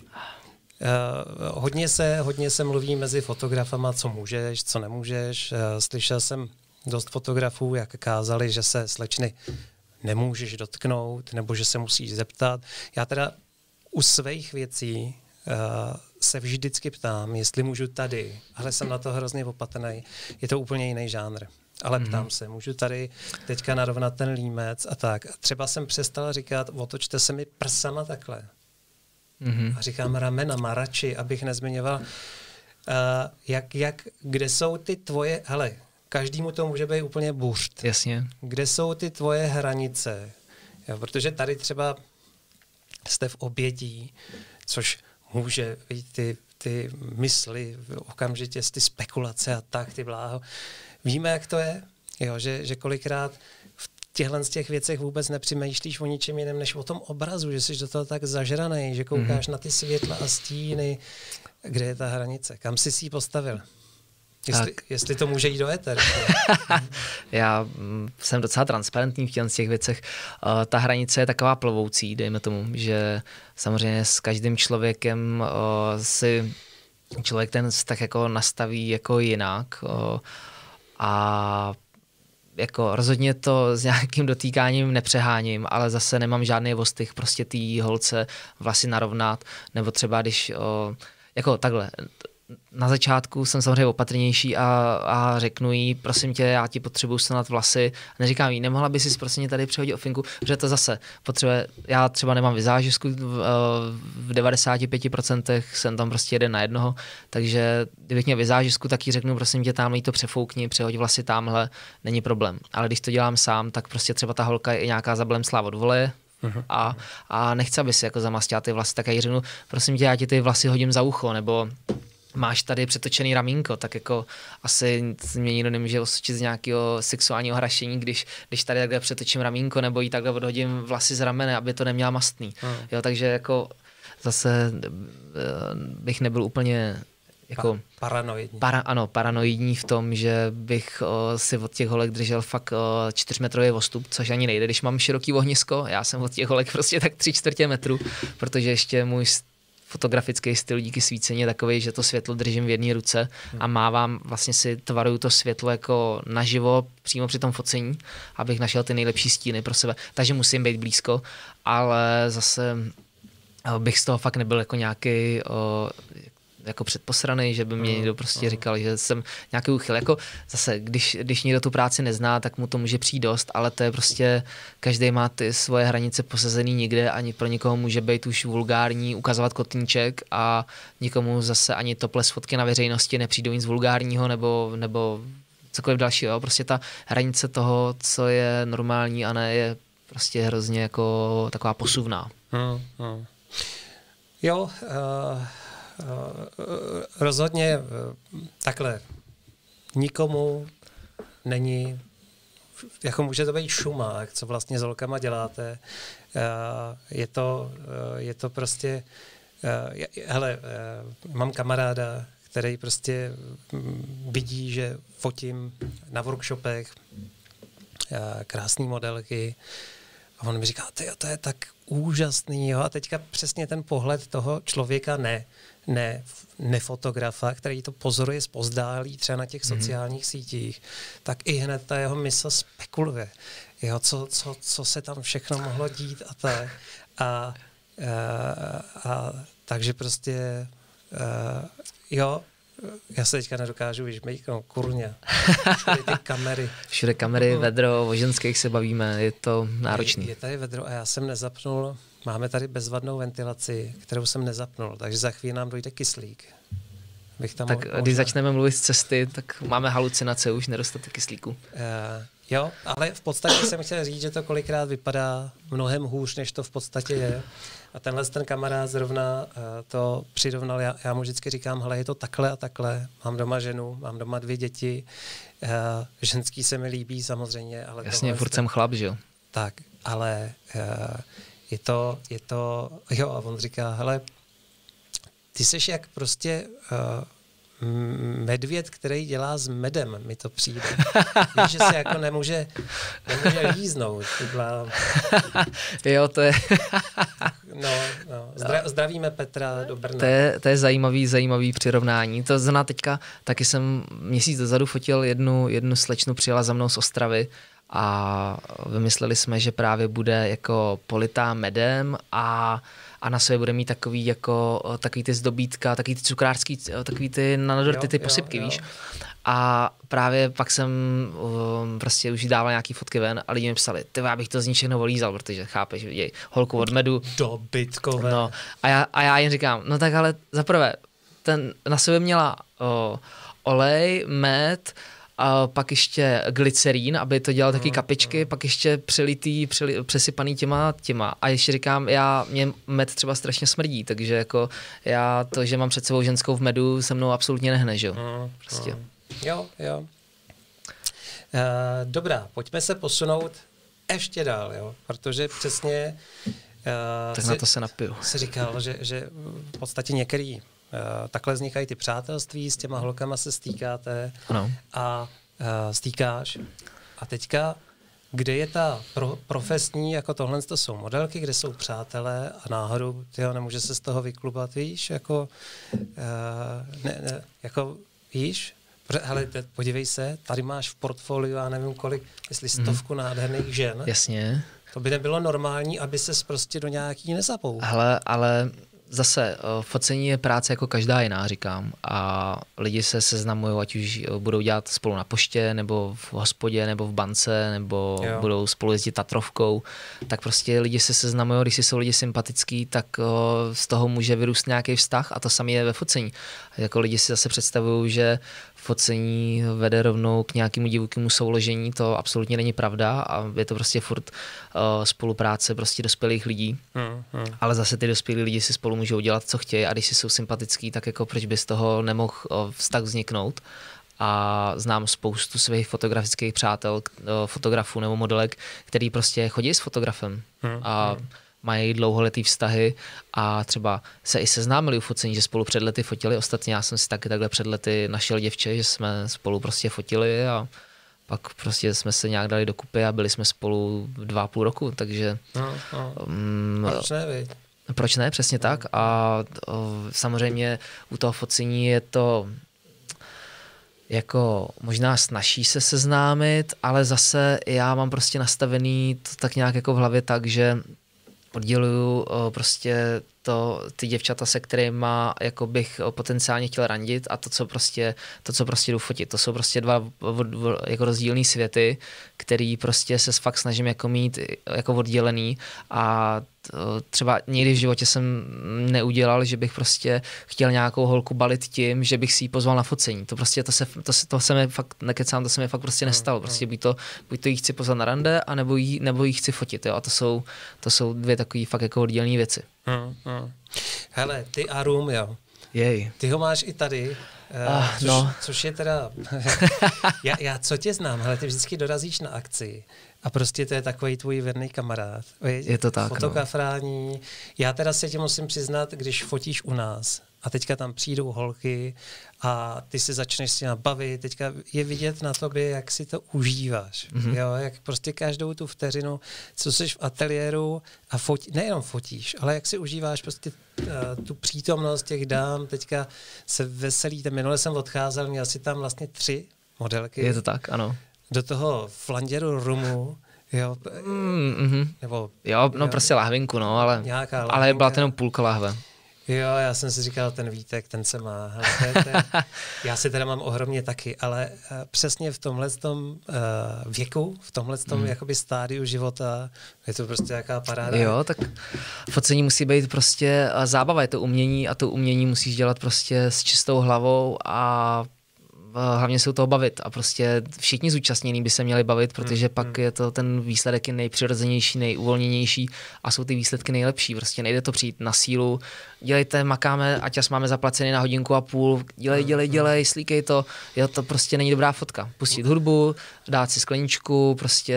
hodně se mluví mezi fotografama, co můžeš, co nemůžeš. Slyšel jsem dost fotografů, jak kázali, že se slečny nemůžeš dotknout, nebo že se musíš zeptat. Já teda u svých věcí se vždycky ptám, jestli můžu tady, ale jsem na to hrozně opatrný, je to úplně jiný žánr. Ale ptám se, můžu tady teďka narovnat ten límec a tak. A třeba jsem přestal říkat, otočte se mi prsama takhle. A říkám ramenama radši, abych nezmiňoval. Kde jsou ty tvoje, hele, každému to může být úplně buřt. Jasně. Kde jsou ty tvoje hranice? Jo, protože tady třeba jste v obědí, což může být ty mysli, okamžitě ty spekulace a tak, ty bláho. Víme, jak to je? Jo, že kolikrát v těchhle z těch věcech vůbec nepřemýšlíš o ničem jiném, než o tom obrazu, že jsi do toho tak zažranej, že koukáš na ty světla a stíny. Kde je ta hranice? Kam jsi si ji postavil? Jestli to může jít do éteru. Já jsem docela transparentní v těch věcech. Ta hranice je taková plovoucí, dejme tomu, že samozřejmě s každým člověkem si člověk ten tak jako nastaví jako jinak a jako rozhodně to s nějakým dotýkáním nepřeháním, ale zase nemám žádný ostych prostě té holce vlasy narovnat, nebo třeba když jako takhle, na začátku jsem samozřejmě opatrnější a řeknu jí, prosím tě, já ti potřebuju stanat vlasy. Neříkám jí, nemohla by si prosím tady přihodit ofinku, protože to zase potřebuje, já třeba nemám vizážistku, v 95% jsem tam prostě jeden na jednoho, takže kdybych měl vizážistku, tak jí řeknu, prosím tě, tamhle jí to přefoukni, přehoď vlasy tamhle, není problém. Ale když to dělám sám, tak prostě třeba ta holka je i nějaká zablemslá od voleje, a nechci, aby si jako zamastila ty vlasy, tak já jí řeknu, prosím tě, já ti ty vlasy hodím za ucho, nebo máš tady přetočený ramínko, tak jako asi mě nikdo nemůže osočit z nějakého sexuálního hrašení, když tady takhle přetočím ramínko, nebo jí takhle odhodím vlasy z ramene, aby to neměla mastný. Jo, takže jako zase bych nebyl úplně jako paranoidní. Paranoidní v tom, že bych si od těch holek držel fakt 4metrový odstup, což ani nejde, když mám široký ohnisko. Já jsem od těch holek prostě tak 3/4 metru, protože ještě můj fotografický styl díky svícení je takový, že to světlo držím v jedné ruce a mávám, vlastně si tvaruju to světlo jako naživo přímo při tom focení, abych našel ty nejlepší stíny pro sebe. Takže musím být blízko, ale zase bych z toho fakt nebyl jako nějaký jako předposranej, že by mě někdo prostě říkal, že jsem nějaký úchyl. Jako zase, když někdo tu práci nezná, tak mu to může přijít dost, ale to je prostě, každý má ty svoje hranice posazený někde, ani pro někoho může být už vulgární ukazovat kotníček a nikomu zase ani topless fotky na veřejnosti nepřijdou nic vulgárního nebo cokoliv dalšího. Prostě ta hranice toho, co je normální a ne, je prostě hrozně jako taková posuvná. Jo, rozhodně takhle nikomu není, jako může to být šumák, co vlastně s holkama děláte. Je to prostě, hele, mám kamaráda, který prostě vidí, že fotím na workshopech krásné modelky. A on mi říká, to je tak úžasný, jo. A teďka přesně ten pohled toho člověka, ne fotografa, který to pozoruje zpozdálí třeba na těch sociálních sítích, tak i hned ta jeho mysl spekuluje. Jo, co se tam všechno mohlo dít a tak. A takže prostě jo, já se teďka nedokážu vyžmejknout, kurňa. Všude kamery, vedro, o ženských se bavíme, je to náročný. Je tady vedro a já jsem nezapnul, máme tady bezvadnou ventilaci, kterou jsem nezapnul, takže za chvíli nám dojde kyslík. Tak když začneme mluvit z cesty, tak máme halucinace, už nedostatek kyslíku. Jo, ale v podstatě jsem chtěl říct, že to kolikrát vypadá mnohem hůř, než to v podstatě je. A ten kamarád zrovna to přirovnal, já mu vždycky říkám, hele, je to takhle a takhle, mám doma ženu, mám doma 2 děti, ženský se mi líbí samozřejmě. Ale jasně, furt jsem chlap, že jo? Tak, ale je to, jo, a on říká, hele, ty seš jak prostě medvěd, který dělá s medem, mi to přijde. Víš, že se jako nemůže líznout. Jo, to je... no. Zdravíme Petra do Brna. To je zajímavý přirovnání. To znamená teďka, taky jsem měsíc dozadu fotil jednu slečnu, přijela za mnou z Ostravy a vymysleli jsme, že právě bude jako politá medem a na sobě bude mít takový ty zdobítka, takový ty cukrářský, takový ty na dorty, ty posypky, víš. A právě pak jsem prostě už dával nějaký fotky ven a lidi mi psali, já bych to z ničeho volízal, protože chápeš, že holku od medu. Dobytkové. No, a já jim říkám, no tak ale zaprvé, ten na sobě měla olej, med, a pak ještě glycerín, aby to dělal taky kapičky, pak ještě přesypaný těma. A ještě říkám, mě med třeba strašně smrdí, takže jako já to, že mám před sebou ženskou v medu, se mnou absolutně nehne, že jo? Prostě. Jo. Dobrá, pojďme se posunout ještě dál, jo, protože přesně tak na to se napiju. Se říkal, že v podstatě některý takhle vznikají ty přátelství, s těma holkama se stýkáte a stýkáš. A teďka, kde je ta profesní, jako tohle to jsou modelky, kde jsou přátelé a náhodou nemůže se z toho vyklubat, víš, jako jako víš, hele, podívej se, tady máš v portfoliu, já nevím kolik, jestli 100 nádherných žen. Jasně. To by nebylo normální, aby ses prostě do nějaký nezapouhl. Hele, ale zase, focení je práce jako každá jiná, říkám. A lidi se seznamují, ať už budou dělat spolu na poště, nebo v hospodě, nebo v bance, nebo budou spolu jezdit Tatrovkou. Tak prostě lidi se seznamují, když jsou lidi sympatický, tak z toho může vyrůst nějaký vztah a to samé je ve focení. Jako lidi si zase představují, že focení vede rovnou k nějakému divokému souložení, to absolutně není pravda a je to prostě furt spolupráce prostě dospělých lidí. Ale zase ty dospělí lidi si spolu můžou dělat, co chtějí a když si jsou sympatický, tak jako proč by z toho nemohl vztah vzniknout. A znám spoustu svých fotografických přátel, fotografů nebo modelek, který prostě chodí s fotografem a mají dlouholetý vztahy a třeba se i seznámili u focení, že spolu před lety fotili. Ostatně já jsem si taky takhle před lety našel děvče, že jsme spolu prostě fotili a pak prostě jsme se nějak dali dokupy a byli jsme spolu 2,5 roku, takže... Proč ne, viď? Proč ne, přesně tak. A samozřejmě u toho focení je to jako možná snazší se seznámit, ale zase já mám prostě nastavený to tak nějak jako v hlavě tak, že odděluju prostě ty děvčata, se kterými jako bych potenciálně chtěl randit a to, co prostě jdu fotit. To jsou prostě dva jako rozdílný světy, který prostě se fakt snažím jako mít jako oddělený a třeba někdy v životě jsem neudělal, že bych prostě chtěl nějakou holku balit tím, že bych si ji pozval na focení. To prostě, to se mi fakt nekecám, to se mi fakt prostě nestalo. Prostě buď to jí chci pozvat na rande, nebo jí chci fotit. Jo? A to jsou 2 takové fakt jako oddělené věci. Hele, ty a Rum, jo. Jej. Ty ho máš i tady, což je teda... já co tě znám, hele, ty vždycky dorazíš na akci a prostě to je takový tvůj věrný kamarád. Je to tak, fotokafrání. Já teda se tě musím přiznat, když fotíš u nás a teďka tam přijdou holky a ty se začneš s nimi bavit, teďka je vidět na tobě, jak si to užíváš, jo, jak prostě každou tu vteřinu, co jsi v ateliéru a nejenom fotíš, ale jak si užíváš prostě tu přítomnost těch dám, teďka se veselíte, minule jsem odcházel, měl si tam vlastně 3 modelky. Je to tak, ano. Do toho flanděru rumu, jo, nebo... Jo, no prostě lahvinku, no, ale byla to jenom půlka lahve. Jo, já jsem si říkal, ten Vítek, ten se má. Já si teda mám ohromně taky, ale přesně v tomhletom věku, v tomhletom jakoby stádiu života, je to prostě jaká paráda. Jo, tak focení musí být prostě zábava, je to umění a to umění musíš dělat prostě s čistou hlavou a hlavně se u toho bavit a prostě všichni zúčastnění by se měli bavit, protože pak je to ten výsledek je nejpřirozenější, nejuvolněnější a jsou ty výsledky nejlepší. Prostě nejde to přijít na sílu. Dělejte, makáme, ať jas máme zaplacený na 1,5 hodiny, dělej, slíkej to. Jo, to prostě není dobrá fotka. Pustit hudbu, dát si skleničku, prostě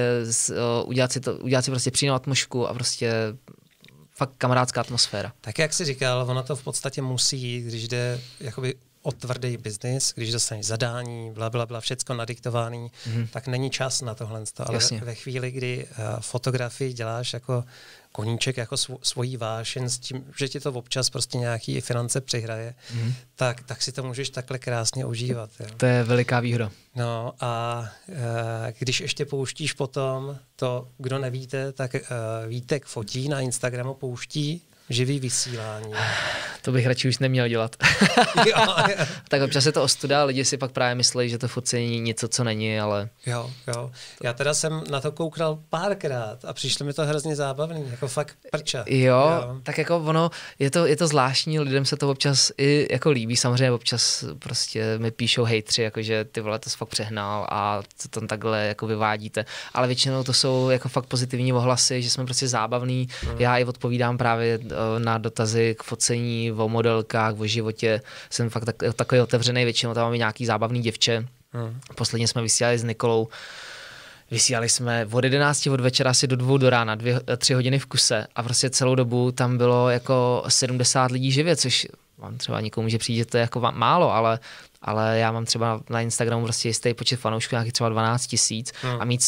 udělat si prostě příjemnou atmosféru a prostě fakt kamarádská atmosféra. Tak jak jsi říkal, ono to v podstatě musí jít, když jde jakoby o tvrdý biznis, když dostaneš zadání, blablabla, všecko nadiktovaný, tak není čas na tohle. Ale Jasně. ve chvíli, kdy fotografii děláš jako koníček, jako svojí vášeň s tím, že ti to občas prostě nějaký finance přihraje, tak si to můžeš takhle krásně užívat. Jo. To je veliká výhoda. No a když ještě pouštíš potom, to kdo nevíte, tak Vítek fotí na Instagramu, pouští živý vysílání. To bych radši už neměl dělat. Jo. Tak občas je to ostuda, lidi si pak právě myslí, že to focení něco, co není, ale... Jo. Já teda jsem na to koukal párkrát a přišlo mi to hrozně zábavný, jako fakt prča. Jo, tak jako ono, je to zvláštní, lidem se to občas i jako líbí, samozřejmě občas prostě mi píšou hejtři, jakože ty vole, to jsi fakt přehnal a co tam takhle jako vyvádíte, ale většinou to jsou jako fakt pozitivní ohlasy, že jsme prostě zábavný, já i odpovídám právě na dotazy k focení, o modelkách, o životě, jsem fakt takový otevřený, většinou tam máme nějaký zábavný děvče. Posledně jsme vysílali s Nikolou, vysílali jsme od 11 od večera asi do 2 do rána, 3 hodiny v kuse a prostě celou dobu tam bylo jako 70 lidí živě, což vám třeba někomu může přijít, že to je jako málo, ale já mám třeba na Instagramu prostě jistý počet fanoušků, nějakých třeba 12 000 a mít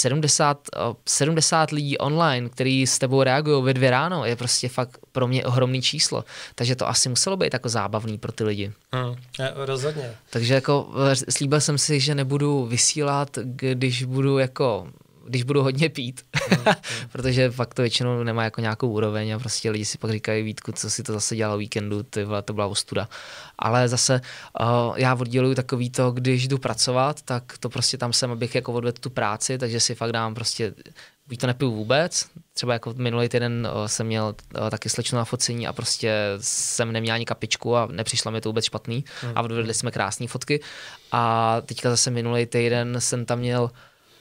70 lidí online, který s tebou reagují ve 2 ráno, je prostě fakt pro mě ohromný číslo. Takže to asi muselo být jako zábavný pro ty lidi. Rozhodně. Takže jako slíbil jsem si, že nebudu vysílat, když budu hodně pít, protože fakt to většinou nemá jako nějakou úroveň a prostě lidi si pak říkají, Vítku, co si to zase dělal o víkendu, to byla ostuda. Ale zase já odděluju takový to, když jdu pracovat, tak to prostě tam jsem, abych jako odvedl tu práci, takže si fakt dám prostě, buď to nepiju vůbec, třeba jako minulý týden jsem měl taky slečnu na focení a prostě jsem neměl ani kapičku a nepřišlo mi to vůbec špatný a odvedli jsme krásné fotky a teďka zase minulý týden jsem tam měl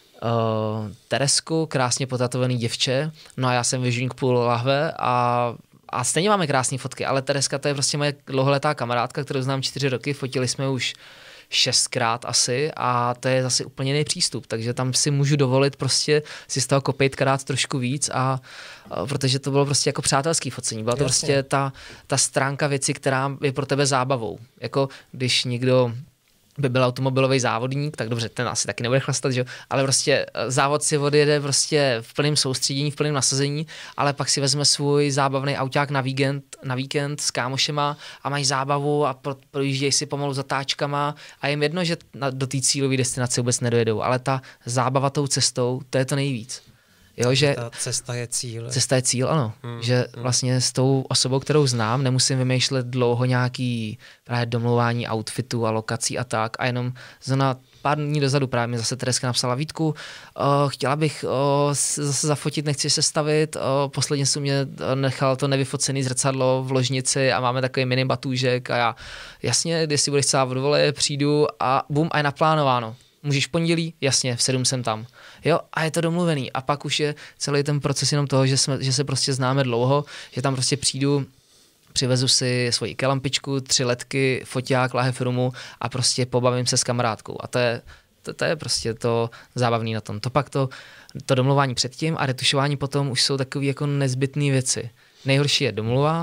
Teresku, krásně potatovaný děvče, no a já jsem vyžink půl lahve a stejně máme krásné fotky, ale Tereska to je prostě moje dlouholetá kamarádka, kterou znám 4 roky, fotili jsme už 6krát asi a to je zase úplně jiný přístup, takže tam si můžu dovolit prostě si z toho kopejtkrát trošku víc a protože to bylo prostě jako přátelský focení, byla to prostě ta stránka věci, která je pro tebe zábavou, jako když někdo by byl automobilový závodník, tak dobře, ten asi taky nebude chlastat, že? Ale prostě závod si odjede prostě v plném soustředění, v plném nasazení, ale pak si vezme svůj zábavný auták na víkend s kámošema a mají zábavu a projíždějí si pomalu zatáčkama a jim jedno, že do té cílové destinace vůbec nedojedou, ale ta zábava tou cestou, to je to nejvíc. Jo, že ta cesta je cíl. Cesta je cíl, ano. Že vlastně s tou osobou, kterou znám, nemusím vymýšlet dlouho nějaký právě domlouvání outfitu a lokací a tak. A jenom zrovna pár dní dozadu právě mi zase Tereska napsala, Vítku, chtěla bych zase zafotit, nechci se stavit, posledně jsem mě nechal to nevyfocený zrcadlo v ložnici a máme takový mini batůžek a já, jasně, když si budeš celá v dovole, přijdu a bum, a je naplánováno. Můžeš v pondělí? Jasně, v 7 jsem tam. Jo, a je to domluvený. A pak už je celý ten proces jenom toho, že se prostě známe dlouho, že tam prostě přijdu, přivezu si svoji kelampičku, 3 ledky, foťák, lahev rumu a prostě pobavím se s kamarádkou. A to je prostě to zábavný na tom. To pak to domluvání předtím a retušování potom už jsou takové jako nezbytné věci. Nejhorší je domluva,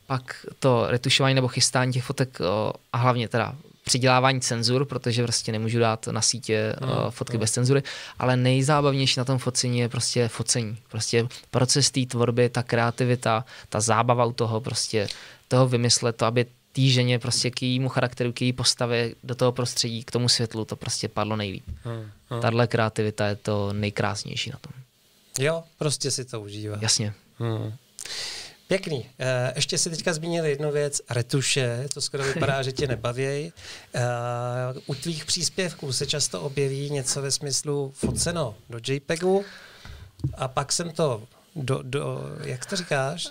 pak to retušování nebo chystání těch fotek a hlavně teda přidělávání cenzur, protože prostě nemůžu dát na sítě fotky bez cenzury, ale nejzábavnější na tom focení je prostě focení. Prostě proces té tvorby, ta kreativita, ta zábava u toho, prostě toho vymyslet to, aby té ženě prostě k jejímu charakteru, k její postavě, do toho prostředí, k tomu světlu, to prostě padlo nejlíp. Tahle kreativita je to nejkrásnější na tom. Jo, prostě si to užívá. Jasně. Pěkný. Ještě si teďka zmínil jednu věc, retuše, to skoro vypadá, že tě nebaví. U tvých příspěvků se často objeví něco ve smyslu foceno do JPEGu a pak jsem to jak to říkáš?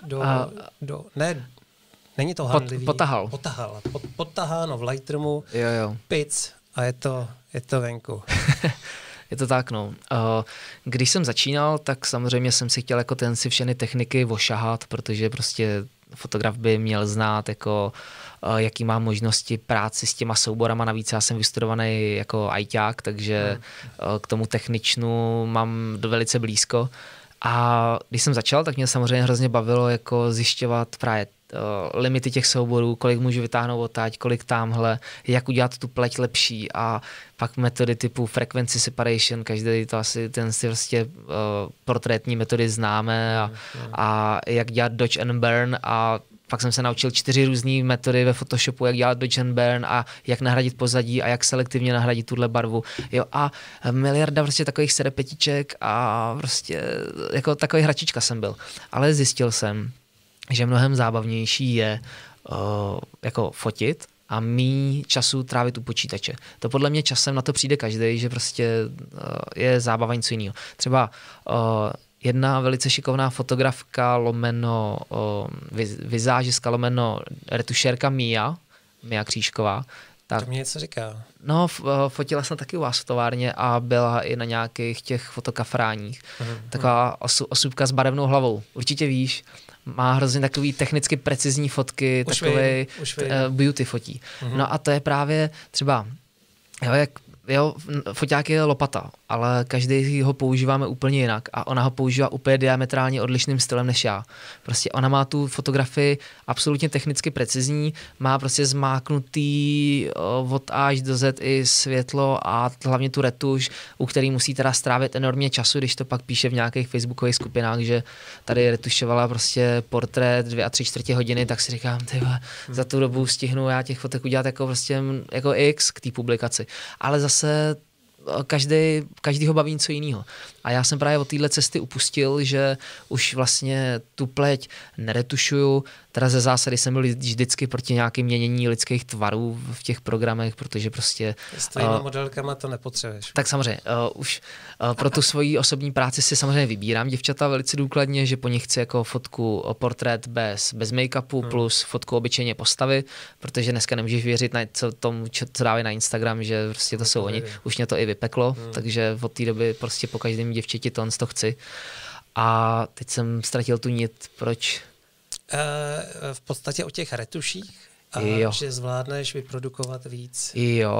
Není to handlivý. Potaháno v Lightroomu, pic a je to venku. Je to tak, no. Když jsem začínal, tak samozřejmě jsem si chtěl jako si všechny techniky ošahat, protože prostě fotograf by měl znát, jako, jaký má možnosti práci s těma souborama. Navíc já jsem vystudovaný jako ajťák, takže k tomu techničnu mám velice blízko. A když jsem začal, tak mě samozřejmě hrozně bavilo jako zjišťovat právě limity těch souborů, kolik můžu vytáhnout odtáď, kolik tamhle, jak udělat tu pleť lepší a pak metody typu frequency separation, každý to asi ten si prostě portrétní metody známe a jak dělat dodge and burn a pak jsem se naučil 4 různé metody ve Photoshopu, jak dělat dodge and burn a jak nahradit pozadí a jak selektivně nahradit tuhle barvu. Jo, a miliarda prostě takových serepetiček a prostě jako takový hračička jsem byl. Ale zjistil jsem, že mnohem zábavnější je jako fotit a méně času trávit u počítače. To podle mě časem na to přijde každý, že prostě je zábava něco jiného. Třeba jedna velice šikovná fotografka lomeno vizážistka lomeno retušérka Mia Křížková. Tak, to mě něco říká. No, fotila jsem taky u vás v továrně a byla i na nějakých těch fotokafráních. Taková osůbka s barevnou hlavou. Určitě víš. Má hrozně takový technicky precizní fotky, takový beauty fotí. No a to je právě třeba, foťák je lopata, ale každý ho používáme úplně jinak a ona ho používá úplně diametrálně odlišným stylem než já. Prostě ona má tu fotografii absolutně technicky precizní, má prostě zmáknutý od A až do Z i světlo a hlavně tu retuš, u který musí teda strávit enormně času, když to pak píše v nějakých facebookových skupinách, že tady retušovala prostě portrét 2 3/4 hodiny, tak si říkám, za tu dobu stihnu já těch fotek udělat jako prostě jako X k té publikaci. Ale zase každýho baví něco jiného. A já jsem právě od téhle cesty upustil, že už vlastně tu pleť neretušuju, teda ze zásady jsem byl vždycky proti nějakým měnění lidských tvarů v těch programech, protože prostě... S tvojimi modelkama to nepotřebuješ. Tak samozřejmě, už pro tu svoji osobní práci si samozřejmě vybírám děvčata velice důkladně, že po nich chci jako fotku portrét bez make-upu plus fotku obyčejně postavy, protože dneska nemůžeš věřit na co dávají na Instagram, že prostě to jsou oni. Už mě to i vypeklo, takže od té doby prostě po každém děvčeti to chci. A teď jsem ztratil tu nit, proč? V podstatě o těch retuších a že zvládneš vyprodukovat víc.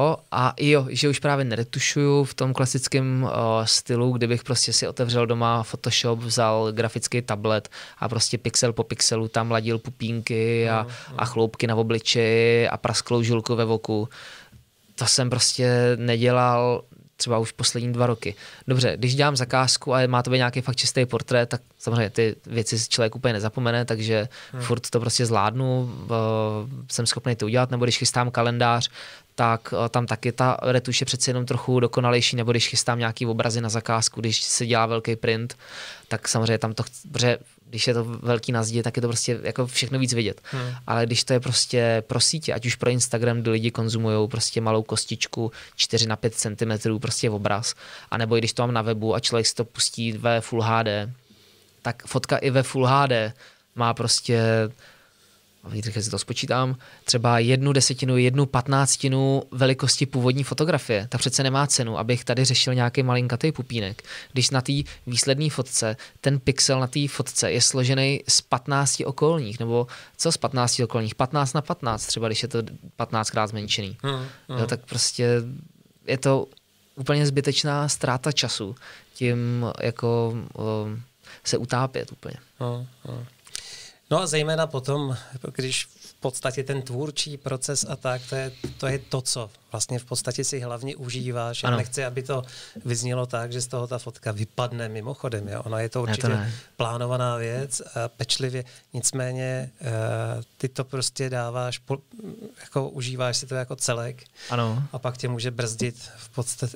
Že už právě neretušuju v tom klasickém stylu, kdybych prostě si otevřel doma Photoshop, vzal grafický tablet a prostě pixel po pixelu tam ladil pupínky a chloupky na obličeji a prasklou žulku ve voku. To jsem prostě nedělal třeba už poslední 2 roky. Dobře, když dělám zakázku a má to být nějaký fakt čistý portrét, tak samozřejmě ty věci člověk úplně nezapomene, takže furt to prostě zvládnu, jsem schopný to udělat, nebo když chystám kalendář, tak tam taky ta retuš je přece jenom trochu dokonalejší, nebo když chystám nějaký obrazy na zakázku, když se dělá velký print, tak samozřejmě tam to, protože když je to velký na zdi, tak je to prostě jako všechno víc vidět. Ale když to je prostě pro sítě, ať už pro Instagram, kdy lidi konzumujou prostě malou kostičku 4x5 cm prostě obraz, anebo i když to mám na webu a člověk si to pustí ve Full HD, tak fotka i ve Full HD má prostě, když si to spočítám, třeba 1/10, 1/15 velikosti původní fotografie. Tak přece nemá cenu, abych tady řešil nějaký malinkatý pupínek. Když na té výsledné fotce, ten pixel na té fotce je složený z 15 okolních, nebo co z 15 okolních? 15x15 třeba, když je to 15krát zmenšený. Jo, tak prostě je to úplně zbytečná ztráta času tím jako se utápět úplně. No a zejména potom, když v podstatě ten tvůrčí proces a tak, to je to, co vlastně v podstatě si hlavně užíváš. Já nechci, aby to vyznělo tak, že z toho ta fotka vypadne mimochodem. Jo? Ona je to určitě plánovaná věc, pečlivě. Nicméně ty to prostě dáváš, jako užíváš si to jako celek. Ano. A pak tě může brzdit v podstatě.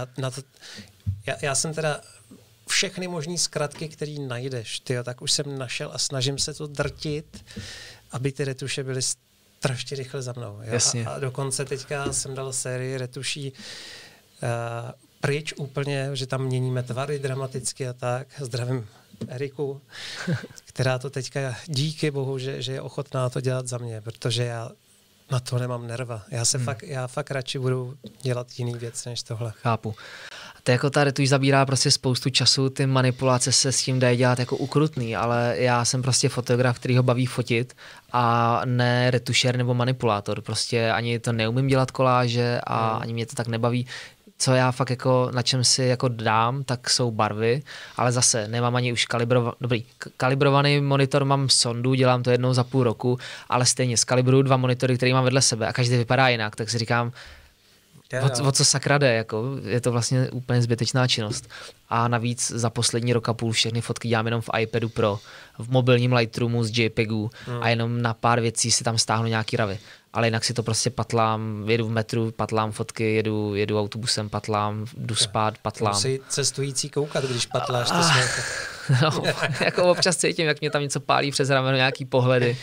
Já jsem teda všechny možný zkratky, které najdeš, tak už jsem našel a snažím se to drtit, aby ty retuše byly strašně rychle za mnou. Jo? A dokonce teďka jsem dal sérii retuší pryč úplně, že tam měníme tvary dramaticky a tak. Zdravím Eriku, která to teďka díky bohu, že je ochotná to dělat za mě, protože já na to nemám nerva. Já fakt radši budu dělat jiný věc než tohle. Chápu. To jako ta retuš zabírá prostě spoustu času, ty manipulace se s tím dají dělat jako ukrutný, ale já jsem prostě fotograf, který ho baví fotit a ne retušér nebo manipulátor. Prostě ani to neumím dělat koláže a ani mě to tak nebaví. Co já fakt jako, na čem si jako dám, tak jsou barvy, ale zase nemám ani už kalibrovaný monitor, mám sondu, dělám to jednou za půl roku, ale stejně zkalibruju 2 monitory, které mám vedle sebe a každý vypadá jinak, tak si říkám, o co sakra jde, jako, je to vlastně úplně zbytečná činnost. A navíc za poslední rok a půl všechny fotky dělám jenom v iPadu Pro, v mobilním Lightroomu z JPEGů a jenom na pár věcí si tam stáhnu nějaký ravy. Ale jinak si to prostě patlám, jedu v metru, patlám fotky, jedu autobusem, patlám, jdu spát, patlám. Musí cestující koukat, když patláš to světlo. No, jako občas cítím, jak mě tam něco pálí přes rameno, nějaký pohledy.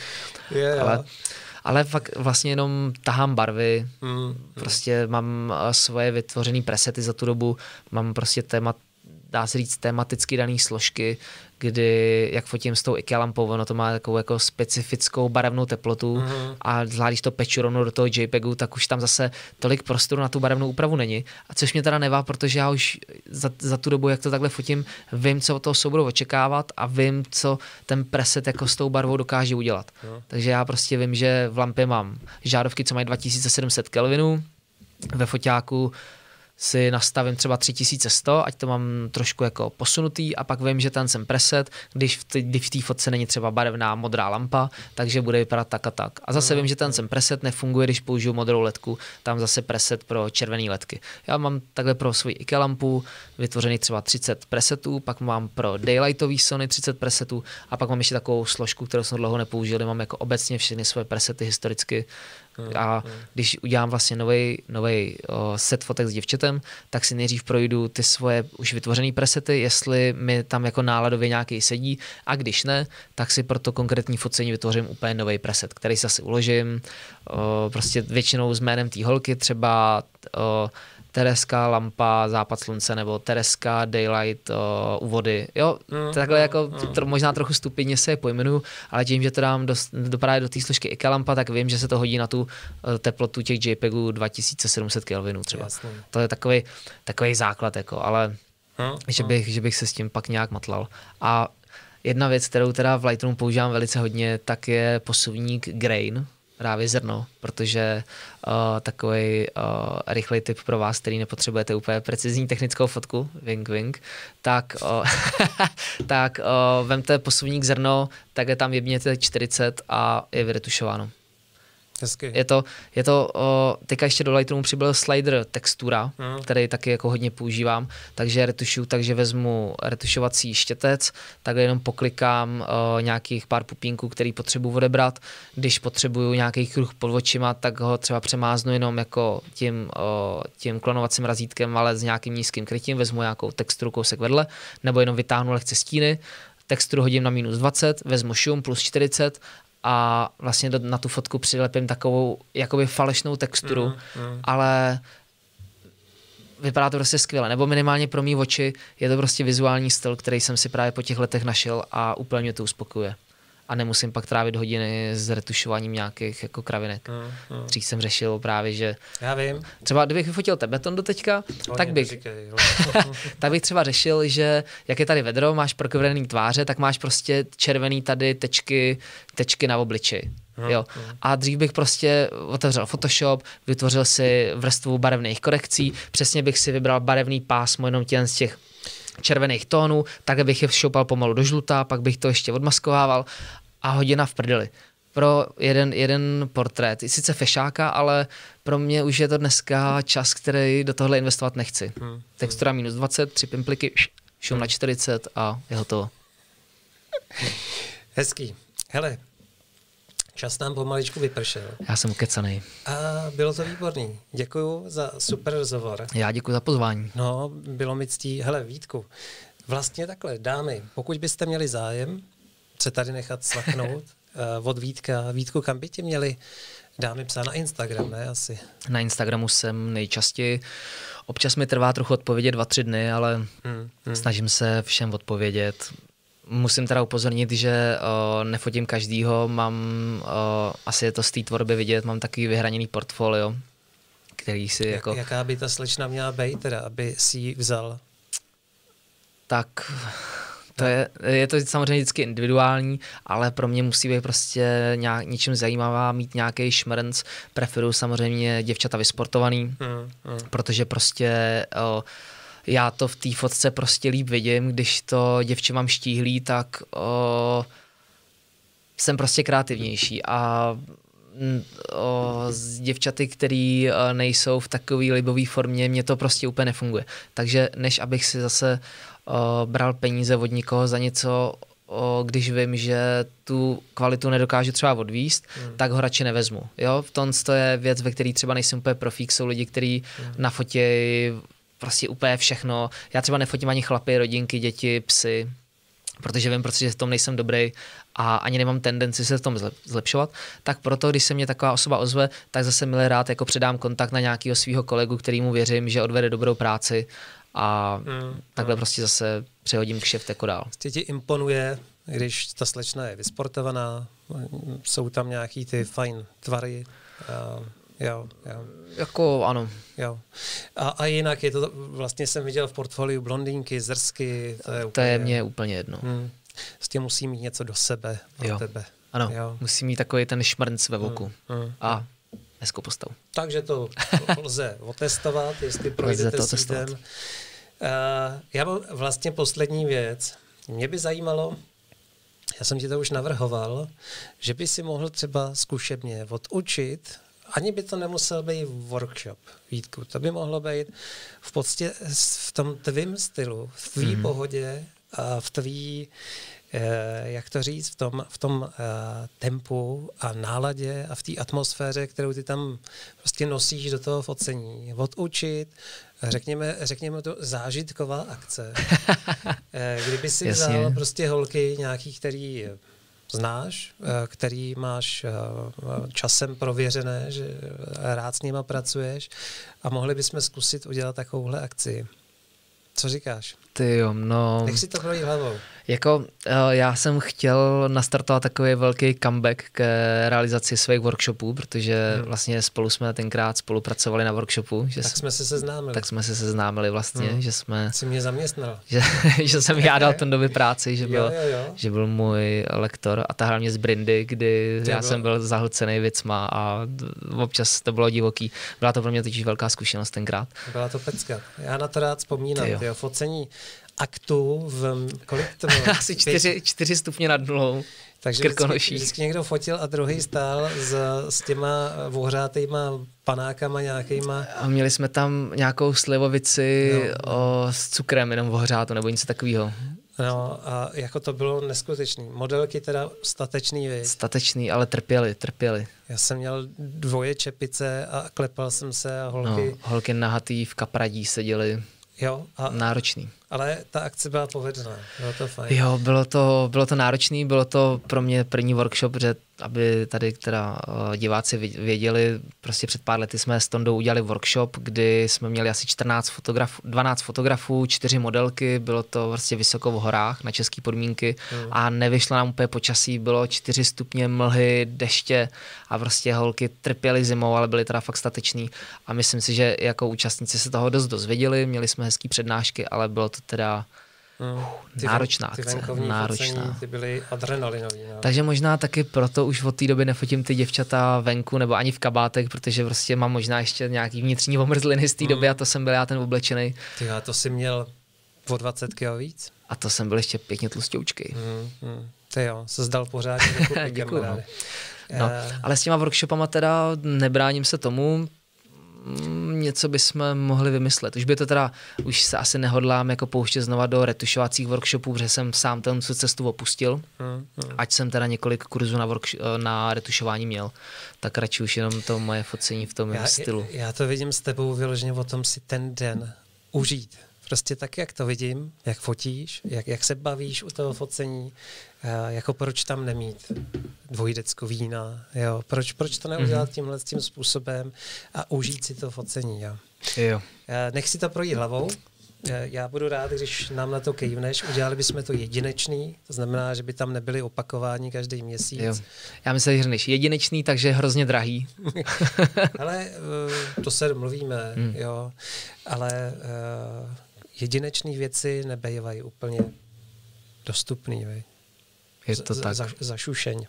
Ale fakt vlastně jenom tahám barvy, prostě mám svoje vytvořené presety za tu dobu, mám prostě dá se říct tematicky daný složky, kdy, jak fotím s tou IKEA lampou, ono to má takovou jako specifickou barevnou teplotu a když to peču rovnou do toho JPEGu, tak už tam zase tolik prostoru na tu barevnou úpravu není. A což mě teda nevá, protože já už za tu dobu, jak to takhle fotím, vím, co od toho souboru očekávat a vím, co ten preset jako s tou barvou dokáže udělat. Takže já prostě vím, že v lampě mám žárovky, co mají 2700 kelvinů, ve foťáku si nastavím třeba 3100, ať to mám trošku jako posunutý a pak vím, že ten jsem preset, když v té fotce není třeba barevná modrá lampa, takže bude vypadat tak a tak. A zase vím, že ten jsem preset nefunguje, když použiju modrou ledku, tam zase preset pro červené ledky. Já mám takhle pro svoji IKEA lampu vytvořený třeba 30 presetů, pak mám pro daylightový Sony 30 presetů a pak mám ještě takovou složku, kterou jsem dlouho nepoužil, kde mám jako obecně všechny svoje presety historicky. A když udělám vlastně nový set fotek s děvčetem, tak si nejdřív projdu ty svoje už vytvořené presety, jestli mi tam jako náladově nějaký sedí a když ne, tak si pro to konkrétní focení vytvořím úplně nový preset, který si zase uložím, prostě většinou s jménem té holky, třeba Tereska lampa západ slunce nebo Tereska daylight u vody. Jo, takhle jako možná trochu stupidně se je pojmenuju, ale tím, že to dám právě do té složky IKEA lampa, tak vím, že se to hodí na tu teplotu těch JPEGů 2700 kelvinů třeba. Jasný. To je takový základ, jako, ale že bych se s tím pak nějak matlal. A jedna věc, kterou teda v Lightroomu používám velice hodně, tak je posuvník grain, právě zrno, protože takový rychlej tip pro vás, který nepotřebujete úplně precizní technickou fotku, wink wink, tak vemte posuvník zrno, tak je tam jebněte 40 a je vyretušováno. Hezky. Je to teďka ještě do Lightroomu přibyl slider textura, který taky jako hodně používám, takže retušuju, takže vezmu retušovací štětec, takhle jenom poklikám nějakých pár pupínků, který potřebuji odebrat. Když potřebuju nějaký kruh pod očima, tak ho třeba přemáznu jenom jako tím klonovacím razítkem, ale s nějakým nízkým krytím, vezmu nějakou texturu kousek vedle, nebo jenom vytáhnu lehce stíny, texturu hodím na -20, vezmu šum plus 40 a vlastně na tu fotku přilepím takovou jakoby falešnou texturu, ale vypadá to prostě skvěle, nebo minimálně pro mý oči je to prostě vizuální styl, který jsem si právě po těch letech našel a úplně mě to uspokojuje. A nemusím pak trávit hodiny s retušováním nějakých jako kravinek. Dřív jsem řešil právě, že já vím. Třeba kdybych vyfotil Tebeton do teďka, tak bych třeba řešil, že jak je tady vedro, máš prokvrvený tváře, tak máš prostě červený tady tečky na obličeji. Jo. A dřív bych prostě otevřel Photoshop, vytvořil si vrstvu barevných korekcí, přesně bych si vybral barevný pásmo jenom z těch červených tónů, tak bych je šoupal pomalu do žlutá, pak bych to ještě odmaskovával a hodina v prdeli. Pro jeden portrét. Sice fešáka, ale pro mě už je to dneska čas, který do tohle investovat nechci. Textura -20, 3 pimpliky, šum na 40 a je hotovo. Hezký. Hele, čas nám pomaličku vypršel. Já jsem ukecanej. A bylo to výborný. Děkuju za super rozhovor. Já děkuji za pozvání. No, bylo mi ctí. Hele, Vítku, vlastně takhle, dámy, pokud byste měli zájem se tady nechat slachnout od Vítka. Vítku, kam by tě měli dámy psát? Na Instagram, ne asi? Na Instagramu jsem nejčastěji. Občas mi trvá trochu odpovědět 2-3 dny, ale snažím se všem odpovědět. Musím teda upozornit, že nefotím každýho, mám, asi je to z té tvorby vidět, mám takový vyhraněný portfolio, který si jako... Jaká by ta slečna měla být teda, aby si ji vzal? Tak je to samozřejmě vždycky individuální, ale pro mě musí být prostě něčím zajímavá, mít nějaký šmrnc. Preferuju samozřejmě děvčata vysportovaný, protože prostě já to v té fotce prostě líp vidím, když to děvče mám štíhlý, tak jsem prostě kreativnější a s děvčaty, který nejsou v takové libové formě, mně to prostě úplně nefunguje. Takže než abych si zase bral peníze od někoho za něco, když vím, že tu kvalitu nedokážu třeba odvíst, tak ho radši nevezmu. Jo? V tom to je věc, ve který třeba nejsem úplně profík, jsou lidi, kteří nafotějí prostě úplně všechno. Já třeba nefotím ani chlapy, rodinky, děti, psy, protože vím, protože v tom nejsem dobrý a ani nemám tendenci se v tom zlepšovat, tak proto, když se mě taková osoba ozve, tak zase milé rád jako předám kontakt na nějakého svého kolegu, kterýmu věřím, že odvede dobrou práci a takhle prostě zase přehodím kšeft jako dál. Ti imponuje, když ta slečna je vysportovaná, jsou tam nějaký ty fajn tvary, jo. Jako ano. Jo. A jinak je to, vlastně jsem viděl v portfoliu blondýnky, zrsky. To je mně úplně jedno. Vlastně musí mít něco do sebe, pro tebe. Ano, jo. musí mít takový ten šmrnc ve voku. A hezkou postavu. Takže to lze otestovat, jestli projdete sítem. Já mám vlastně poslední věc. Mě by zajímalo, já jsem ti to už navrhoval, že by si mohl třeba zkušebně odučit, ani by to nemusel být workshop, Vítku, to by mohlo být v podstatě v tom tvým stylu, v tvý pohodě a v tvý, jak to říct, v tom tempu a náladě a v té atmosféře, kterou ty tam prostě nosíš do toho focení. Odučit, řekněme to zážitková akce. Kdyby si vzal prostě holky nějaký, který znáš, který máš časem prověřené, že rád s nima pracuješ a mohli bychom zkusit udělat takovouhle akci. Co říkáš? Ty jo, no... Nech si to projít hlavou. Jako já jsem chtěl nastartovat takový velký comeback k realizaci svých workshopů, protože vlastně spolu jsme tenkrát spolupracovali na workshopu. Tak jsme se seznámili. Tak jsme se seznámili vlastně, že jsme... Jsi mě zaměstnal. Že jsem já dal Tondovi práci, že byl můj lektor a tahal mě z Brindy, kdy jsem byl zahlcený věcma a občas to bylo divoký. Byla to pro mě totiž velká zkušenost tenkrát. Byla to pecka. Já na to rád vzpomínám. Focení aktu v kolik to bylo? Asi 4 stupně nad nulou. Takže vždycky někdo fotil a druhý stál s těma ohřátejma panákama nějakýma. A měli jsme tam nějakou slivovici s cukrem, jenom ohřátou nebo něco takového. No a jako to bylo neskutečný. Modelky teda statečný, viď? Statečný, ale trpěli. Já jsem měl 2 čepice a klepal jsem se a holky... No, holky nahatý v kapradí seděly. Jo, náročný. Ale ta akce byla povedená, bylo to fajn. Jo, bylo to náročný, bylo to pro mě první workshop, že aby tady teda diváci věděli, prostě před pár lety jsme s Tondou udělali workshop, kdy jsme měli asi 12 fotografů, 4 modelky, bylo to prostě vysoko v horách na české podmínky a nevyšlo nám úplně počasí, bylo 4 stupně mlhy, deště a prostě holky trpěly zimou, ale byly teda fakt stateční a myslím si, že jako účastníci se toho dost dozvěděli, měli jsme hezký přednášky, ale bylo to teda náročná akce. Focení, ty byly adrenalinový. No. Takže možná taky proto už od té doby nefotím ty děvčata venku nebo ani v kabátech, protože prostě mám možná ještě nějaký vnitřní omrzliny z té doby a to jsem byl já ten oblečený. Ty, to si měl O 20 kg víc. A to jsem byl ještě pěkně tlustěučkej. Ty jo, se zdal pořád. Děkuju. No, ale s těma workshopama teda nebráním se tomu, něco bychom mohli vymyslet. Už se asi nehodlám jako pouštět znova do retušovacích workshopů, protože jsem sám ten cestu opustil. Ať jsem teda několik kurzů na retušování měl, tak radši už jenom to moje focení v tom stylu. Já to vidím s tebou vyloženě o tom si ten den užít. Prostě tak, jak to vidím, jak fotíš, jak se bavíš u toho focení, jako proč tam nemít dvojdecko vína, jo? Proč to neudělat tím způsobem a užít si to focení. Jo? Nech si to projít hlavou. Já budu rád, když nám na to kejvneš. Udělali bychom to jedinečný, to znamená, že by tam nebyly opakování každý měsíc. Jo. Já myslím, že hrneš jedinečný, takže hrozně drahý. Ale to se domluvíme, jo. Ale jedinečné věci nebejvají úplně dostupný. Je to tak. Zašušeň.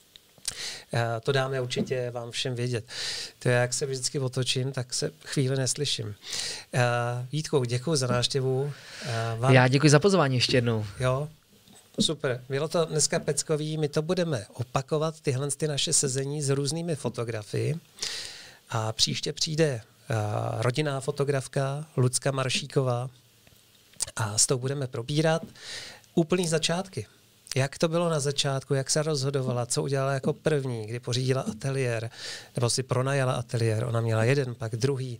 To dáme určitě vám všem vědět. To je, jak se vždycky otočím, tak se chvíli neslyším. Vítku, děkuji za návštěvu. Já děkuji za pozvání ještě jednou. Jo, super. Bylo to dneska peckový, my to budeme opakovat, tyhle naše sezení s různými fotografy. A příště přijde rodinná fotografka Lucka Maršíková a s tou budeme probírat úplný začátky. Jak to bylo na začátku, jak se rozhodovala, co udělala jako první, kdy pořídila ateliér, nebo si pronajala ateliér, ona měla jeden, pak druhý.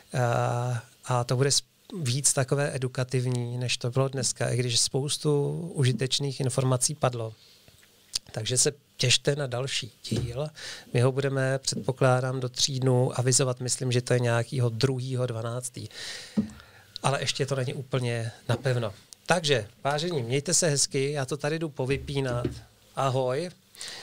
A to bude víc takové edukativní, než to bylo dneska, i když spoustu užitečných informací padlo. Takže se těšte na další díl. My ho budeme, předpokládám, do 3 dnů avizovat, myslím, že to je nějakýho 2.12. Ale ještě to není úplně napevno. Takže, vážení, mějte se hezky, já to tady jdu povypínat. Ahoj.